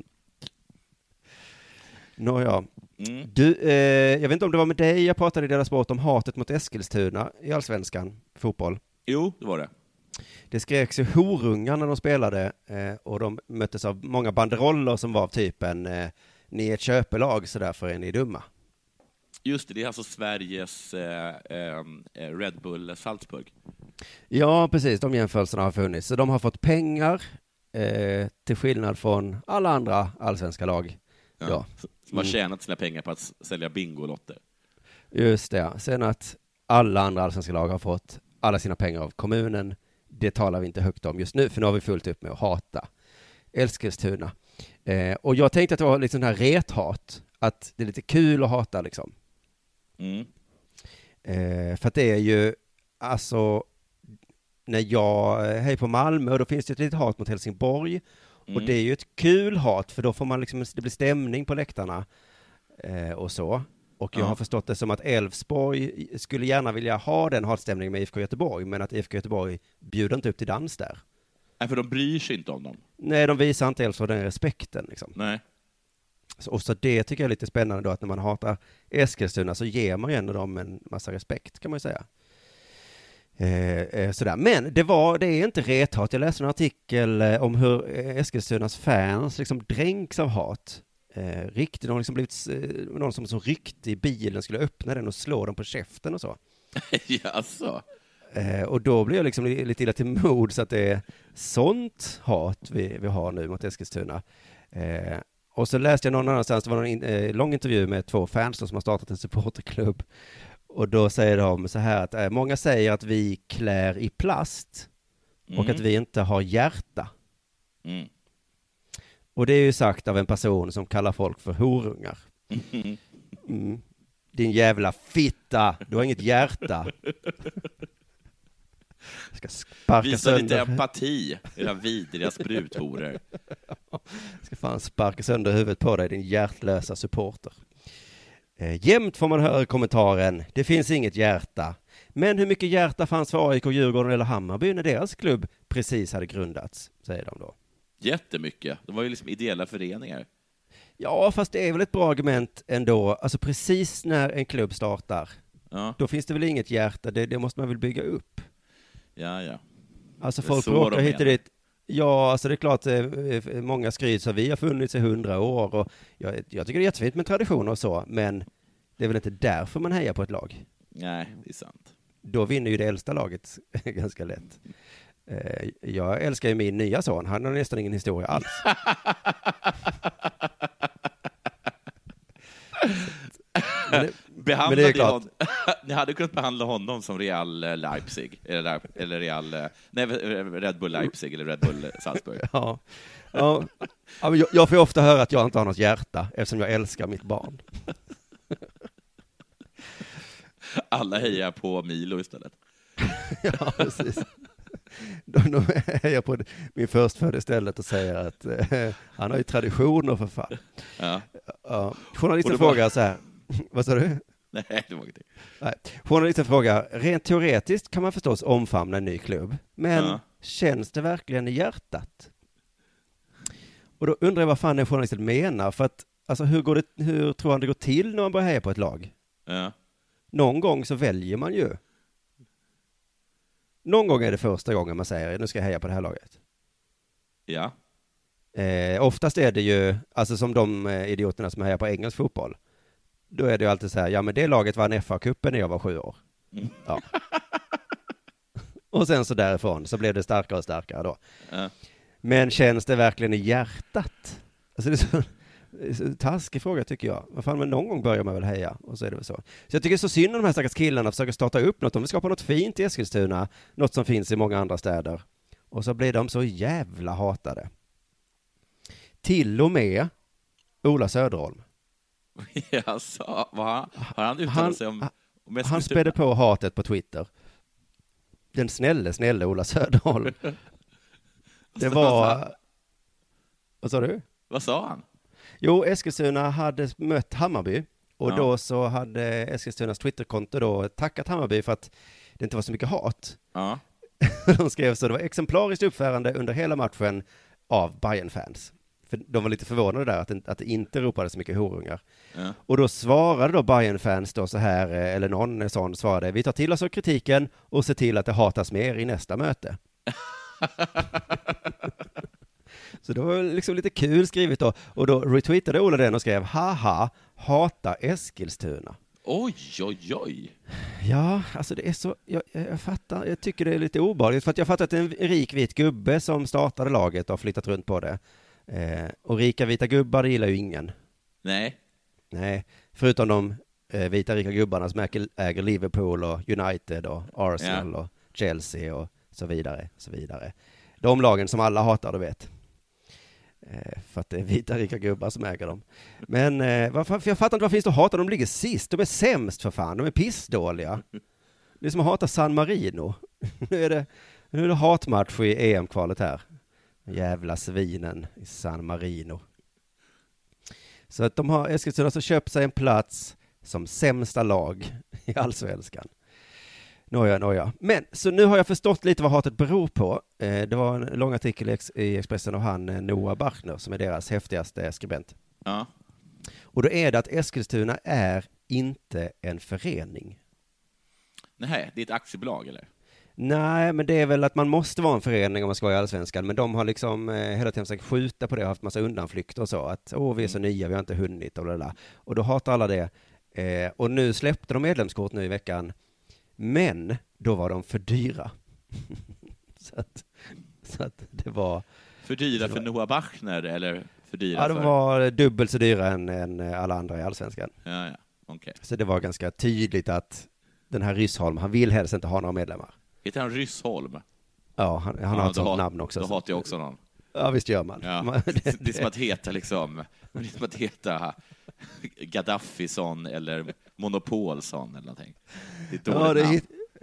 Nåja. Mm. Du, eh, jag vet inte om det var med dig jag pratade i deras sport om hatet mot Eskilstuna i Allsvenskan, fotboll. Jo, det var det. Det skreks ju horungar när de spelade eh, och de möttes av många banderoller som var av typen eh, ni är ett köpelag så därför är ni dumma. Just det, det är alltså Sveriges eh, eh, Red Bull Salzburg. Ja, precis. De jämförelserna har funnits. Så de har fått pengar eh, till skillnad från alla andra allsvenska lag. Ja. Ja. Som har Mm. tjänat sina pengar på att s- sälja bingolotter. Just det, ja. Sen att alla andra allsvenska lag har fått alla sina pengar av kommunen, det talar vi inte högt om just nu, för nu har vi fullt upp med att hata Eskilstuna. Eh, och jag tänkte att det var liksom den här rethat, att det är lite kul att hata liksom. Mm. Eh, för att det är ju, alltså, när jag hej på Malmö, då finns det ett litet hat mot Helsingborg. Mm. Och det är ju ett kul hat, för då får man liksom, det blir stämning på läktarna eh, och så. Och jag Ja. har förstått det som att Elfsborg skulle gärna vilja ha den hatstämningen med I F K Göteborg, men att I F K Göteborg bjuder inte upp till dans där. Nej, för de bryr sig inte om dem. Nej, de visar inte Elfsborg den respekten liksom. Nej. Så, och så det tycker jag är lite spännande då, att när man hatar Eskilstuna så ger man ju ändå dem en massa respekt, kan man ju säga. Eh, eh, sådär. Men det var, det är inte rethat. Jag läste en artikel eh, om hur eh, Eskilstunas fans liksom dränks av hat. Eh, riktigt, de har liksom blivit eh, någon som, som ryckte i bilen, skulle öppna den och slå dem på käften och så. Jaså? Eh, och då blir jag liksom li- lite illa till mod, så att det är sånt hat vi, vi har nu mot Eskilstuna. Eh, och så läste jag någon annanstans, det var en in, eh, lång intervju med två fans som har startat en supporterklubb. Och då säger de så här att eh, många säger att vi klär i plast och Mm. att vi inte har hjärta. Mm. Och det är ju sagt av en person som kallar folk för horungar. Mm. Din jävla fitta, du har inget hjärta. Ska sparka Visa sönder. lite empati, era vidriga spruthorer. Ska fan sparka sönder huvudet på dig, din hjärtlösa supporter. Eh, jämt får man höra kommentaren, det finns inget hjärta. Men hur mycket hjärta fanns för A I K, Djurgården eller Hammarby när deras klubb precis hade grundats, säger de då. Jättemycket. De var ju liksom ideella föreningar. Ja, fast det är väl ett bra argument ändå. Alltså precis när en klubb startar, ja. Då finns det väl inget hjärta. Det, det måste man väl bygga upp. Ja, ja. Alltså folk bråkar hit och dit. Ja, alltså det är klart, många skryts så vi har funnits i hundra år. Och jag, jag tycker det är jättefint med traditioner och så, men det är väl inte därför man hejar på ett lag. Nej, det är sant. Då vinner ju det äldsta laget ganska lätt. Jag älskar ju min nya son. Han har nästan ingen historia alls. Men det, Behandla men det är klart. Hon, ni hade kunnat behandla honom som Real Leipzig eller, eller Real, nej, Red Bull Leipzig eller Red Bull Salzburg. Ja. Ja. Ja, men jag, jag får ofta höra att jag inte har något hjärta eftersom jag älskar mitt barn. Alla hejar på Milo istället. Ja, precis. De, de hejar på min förstfödde istället och säger att eh, han har ju traditioner för fan. Ja. Ja. Journalisten var... frågar så här, vad sa du? Nej, det var ingenting. Nej. Journalisten frågar, rent teoretiskt kan man förstås omfamna en ny klubb, men ja. Känns det verkligen i hjärtat? Och då undrar jag vad fan den journalisten menar, för att alltså, hur, går det, hur tror han det går till när man börjar heja på ett lag? Ja. Någon gång så väljer man ju. Någon gång är det första gången man säger, nu ska jag heja på det här laget. Ja. Eh, oftast är det ju, alltså som de eh, idioterna som hejar på engelsk fotboll. Då är det ju alltid så här, ja men det laget vann F A-cupen när jag var sju år. Mm. Ja. Och sen så därifrån så blev det starkare och starkare då. Ja. Men känns det verkligen i hjärtat? Alltså det är så, det är så taskig fråga tycker jag. Vad fan, men någon gång börjar man väl heja och så är det väl så. Så jag tycker det är så synd om de här stackars killarna försöker starta upp något. De vill skapa något fint i Eskilstuna, något som finns i många andra städer. Och så blir de så jävla hatade. Till och med Ola Söderholm. Jaså, vad har han uttalat han, sig om? om han spädde på hatet på Twitter. Den snälle, snälle Ola Söderholm. Det var... Vad sa du? Vad sa han? Jo, Eskilstuna hade mött Hammarby. Och ja. Då så hade Eskilstunas Twitterkonto då tackat Hammarby för att det inte var så mycket hat. Ja. De skrev så, det var exemplariskt uppförande under hela matchen av Bayern-fans. För de var lite förvånade där att det, att det inte ropade så mycket horungar. Ja. Och då svarade då Bayern-fans då så här, eller någon sån svarade, vi tar till oss av kritiken och ser till att det hatas mer i nästa möte. Så det var liksom lite kul skrivet då. Och då retweetade Ola den och skrev, haha, hata Eskilstuna. Oj, oj, oj. Ja, alltså det är så, jag, jag fattar, jag tycker det är lite obehagligt. För att jag fattar att det är en rik vit gubbe som startade laget och har flyttat runt på det. Eh, och rika vita gubbar, det gillar ju ingen. Nej. Nej, förutom de eh, vita rika gubbarna som äger, äger Liverpool och United och Arsenal ja. och Chelsea och så vidare, så vidare. De lagen som alla hatar, du vet. Eh, för att det är vita rika gubbar som äger dem. Men eh, varför, för jag fattar inte vad finns det att hata. De ligger sist, de är sämst för fan. De är pissdåliga. Det är som att hata San Marino. Nu är det, nu är det hatmatch i E M-kvalet här. Jävla svinen i San Marino. Så att de har Eskilstuna så köpt sig en plats som sämsta lag i allsvenskan. Nåja, nåja. Men så nu har jag förstått lite vad hatet beror på. Eh, det var en lång artikel i Expressen av han Noah Bachner som är deras häftigaste skribent. Ja. Och då är det att Eskilstuna är inte en förening. Nej, det är ett aktiebolag eller? Nej, men det är väl att man måste vara en förening om man ska vara i allsvenskan. Men de har liksom eh, hela tiden försökt skjuta på det och haft massa undanflykter och så. Att åh, vi är så nya, vi har inte hunnit och blablabla. Och då hatar alla det. Eh, och nu släppte de medlemskort nu i veckan. Men då var de för dyra. så, att, så att det var... För dyra för Noah Bachner eller för dyra ja, de för... var dubbelt så dyra än, än alla andra i allsvenskan. Ja, ja. Okay. Så det var ganska tydligt att den här Ryssholm, han vill helst inte ha några medlemmar. Heter han Ryssholm? Ja, han, han ja, har ett sånt hat, namn också. Då hatar jag också någon. Ja, visst gör man. Ja. man det, det, det är som att heta liksom, det är som att heta Gaddafisson eller Monopolson eller någonting. Det är ja, det är,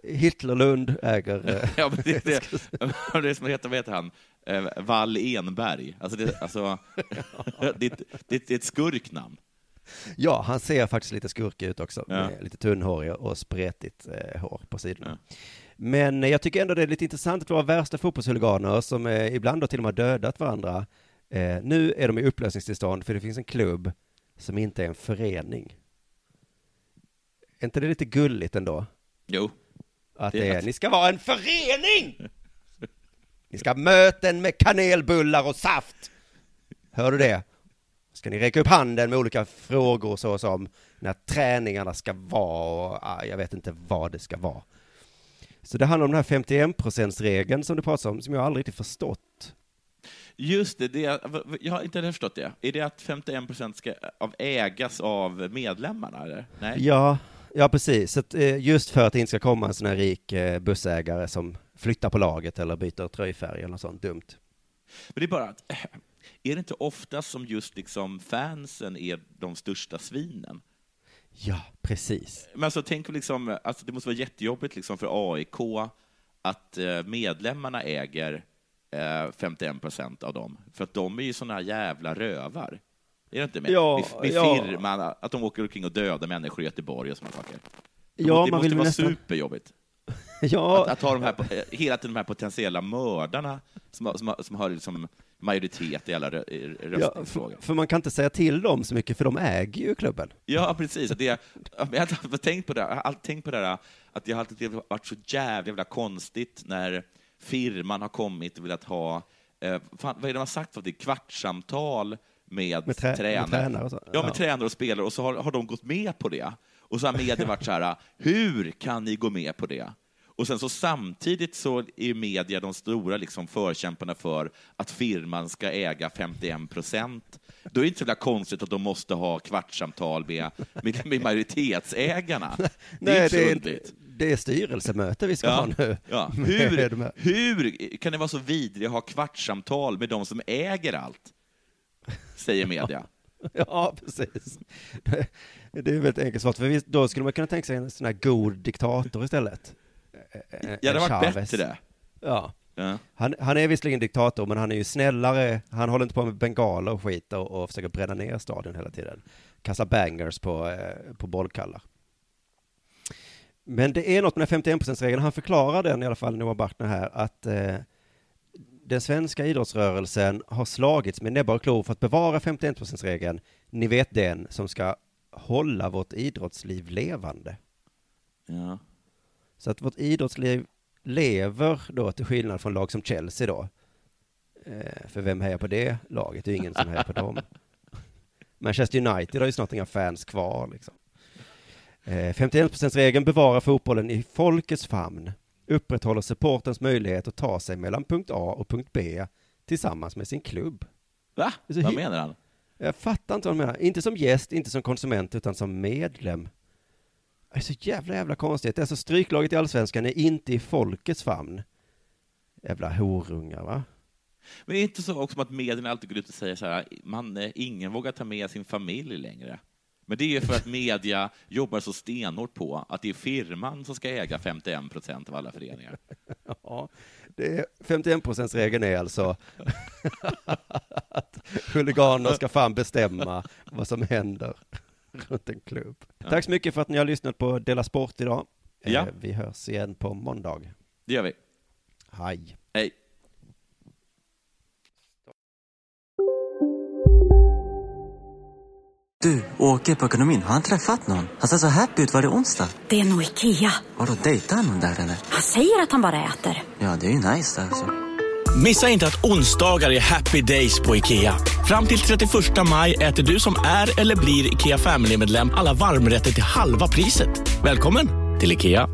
Hitlerlund äger... ja, men det, det, det är som heter, vad heter han? Eh, Wall Enberg. Alltså, det, alltså det, det, det är ett skurknamn. Ja, han ser faktiskt lite skurkig ut också. Ja. Med lite tunnhårig och spretigt eh, hår på sidorna. Ja. Men jag tycker ändå det är lite intressant att våra värsta fotbollshuliganer som eh, ibland har till och med dödat varandra. Eh, nu är de i upplösningstillstånd för det finns en klubb som inte är en förening. Är inte det lite gulligt ändå? Jo. Att det det är, är... ni ska vara en förening! Ni ska ha möten med kanelbullar och saft. Hör du det? Ska ni räcka upp handen med olika frågor så som när träningarna ska vara och ah, jag vet inte vad det ska vara. Så det handlar om den här femtioen procent-regeln som du pratar om, som jag aldrig riktigt förstått. Just det, det, jag har inte förstått det. Är det att femtioen procent ska av ägas av medlemmarna, eller? Nej? Ja, ja precis. Så att, just för att det inte ska komma en sån här rik bussägare som flyttar på laget eller byter tröjfärg eller något sånt dumt. Men det är bara att, är det inte ofta som just liksom fansen är de största svinen? Ja, precis. Men alltså, tänk liksom, alltså, det måste vara jättejobbigt liksom för A I K att medlemmarna äger femtioen procent av dem. För att de är ju såna här jävla rövar. Är det inte med? Ja, med, med ja. firman, att de åker omkring och dödar människor i Göteborg och såna saker. Ja, det man måste vill vara nästan... superjobbigt. Ja. Att, att ha de här, hela tiden de här potentiella mördarna som, som, som har liksom majoritet i alla röstningsfrågor. Ja, för, för man kan inte säga till dem så mycket, för de äger ju klubben. Ja, precis. Det, jag har alltid tänkt på det, jag har alltid tänkt på det där, att det har alltid varit så jävla konstigt när firman har kommit och velat ha, eh, fan, vad är det de har sagt, för det är kvartssamtal med, med trä, tränare. Med tränare och så. Ja, med ja. tränare och spelare, och så har, har de gått med på det. Och så har media varit så här, hur kan ni gå med på det? Och sen så samtidigt så är media de stora liksom förkämparna för att firman ska äga femtioen procent. Då är det inte så konstigt att de måste ha kvartssamtal med, med, med majoritetsägarna. Det Nej, är inte det, så är, underligt. det är styrelsemöte vi ska ja, ha nu. Ja. Hur, hur kan det vara så vidrigt att ha kvartssamtal med de som äger allt? Säger media. Ja, precis. Det är väldigt enkelt svart. För då skulle man kunna tänka sig en sån här god diktator istället. Ja, det har varit bättre det. Ja. Ja. Han, han är visserligen diktator, men han är ju snällare. Han håller inte på med bengaler och skit och, och försöker bränna ner stadion hela tiden. Kasta bangers på, eh, på bollkallar. Men det är något med den femtioen procent-regeln. Han förklarar den i alla fall, Noah Bachner här, att eh, den svenska idrottsrörelsen har slagits med näbbar och klor för att bevara femtioen procent-regeln. Ni vet den som ska hålla vårt idrottsliv levande. Ja. Så att vårt idrottsliv lever då, till skillnad från lag som Chelsea då. Eh, för vem hejar på det laget? Det är ingen som hejar på dem. Manchester United har ju snart inga fans kvar. Liksom. Eh, femtioen procent-regeln bevarar fotbollen i folkets famn. Upprätthåller supportens möjlighet att ta sig mellan punkt A och punkt B tillsammans med sin klubb. Va? Vad menar han? Jag fattar inte vad han menar. Inte som gäst, inte som konsument, utan som medlem. Det är så jävla jävla konstigt. Alltså stryklaget i Allsvenskan är inte i folkets famn. Jävla horungar, va? Men det är inte så också att medierna alltid går ut och säger så här, man, ingen vågar ta med sin familj längre. Men det är ju för att media jobbar så stenhårt på att det är firman som ska äga femtioen procent av alla föreningar. Ja, det är femtioen procent-regeln är alltså att huliganer ska fan bestämma vad som händer runt en klubb. Ja. Tack så mycket för att ni har lyssnat på Della Sport idag. Ja. Vi hörs igen på måndag. Det gör vi. Hej. Hej. Du, åker på ekonomin. Har han träffat någon? Han ser så happy ut. Varje onsdag. Det är nog Ikea. Har du dejtat någon där eller? Han säger att han bara äter. Ja, det är ju nice där alltså. Missa inte att onsdagar är happy days på Ikea. Fram till trettioförsta maj äter du som är eller blir Ikea Family-medlem alla varmrätter till halva priset. Välkommen till Ikea.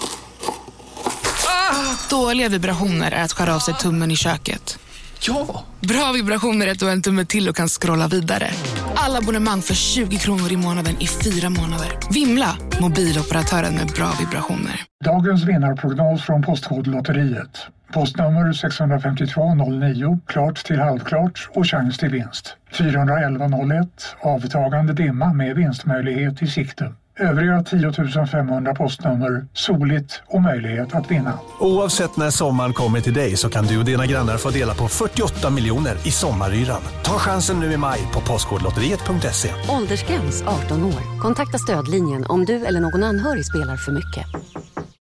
Ah, dåliga vibrationer är att skära av sig tummen i köket. Ja! Bra vibrationer är att du har en tumme till och kan scrolla vidare. Alla abonnemang för tjugo kronor i månaden i fyra månader. Vimla, mobiloperatören med bra vibrationer. Dagens vinnarprognos från Postkodlotteriet. Postnummer sex fem två noll nio, klart till halvklart och chans till vinst. fyra ett ett noll ett, avtagande dimma med vinstmöjlighet i sikte. Övriga tio tusen femhundra postnummer soligt och möjlighet att vinna. Oavsett när sommaren kommer till dig så kan du och dina grannar få dela på fyrtioåtta miljoner i sommaryran. Ta chansen nu i maj på postkodlotteriet punkt se. Åldersgräns arton år. Kontakta stödlinjen om du eller någon anhörig spelar för mycket.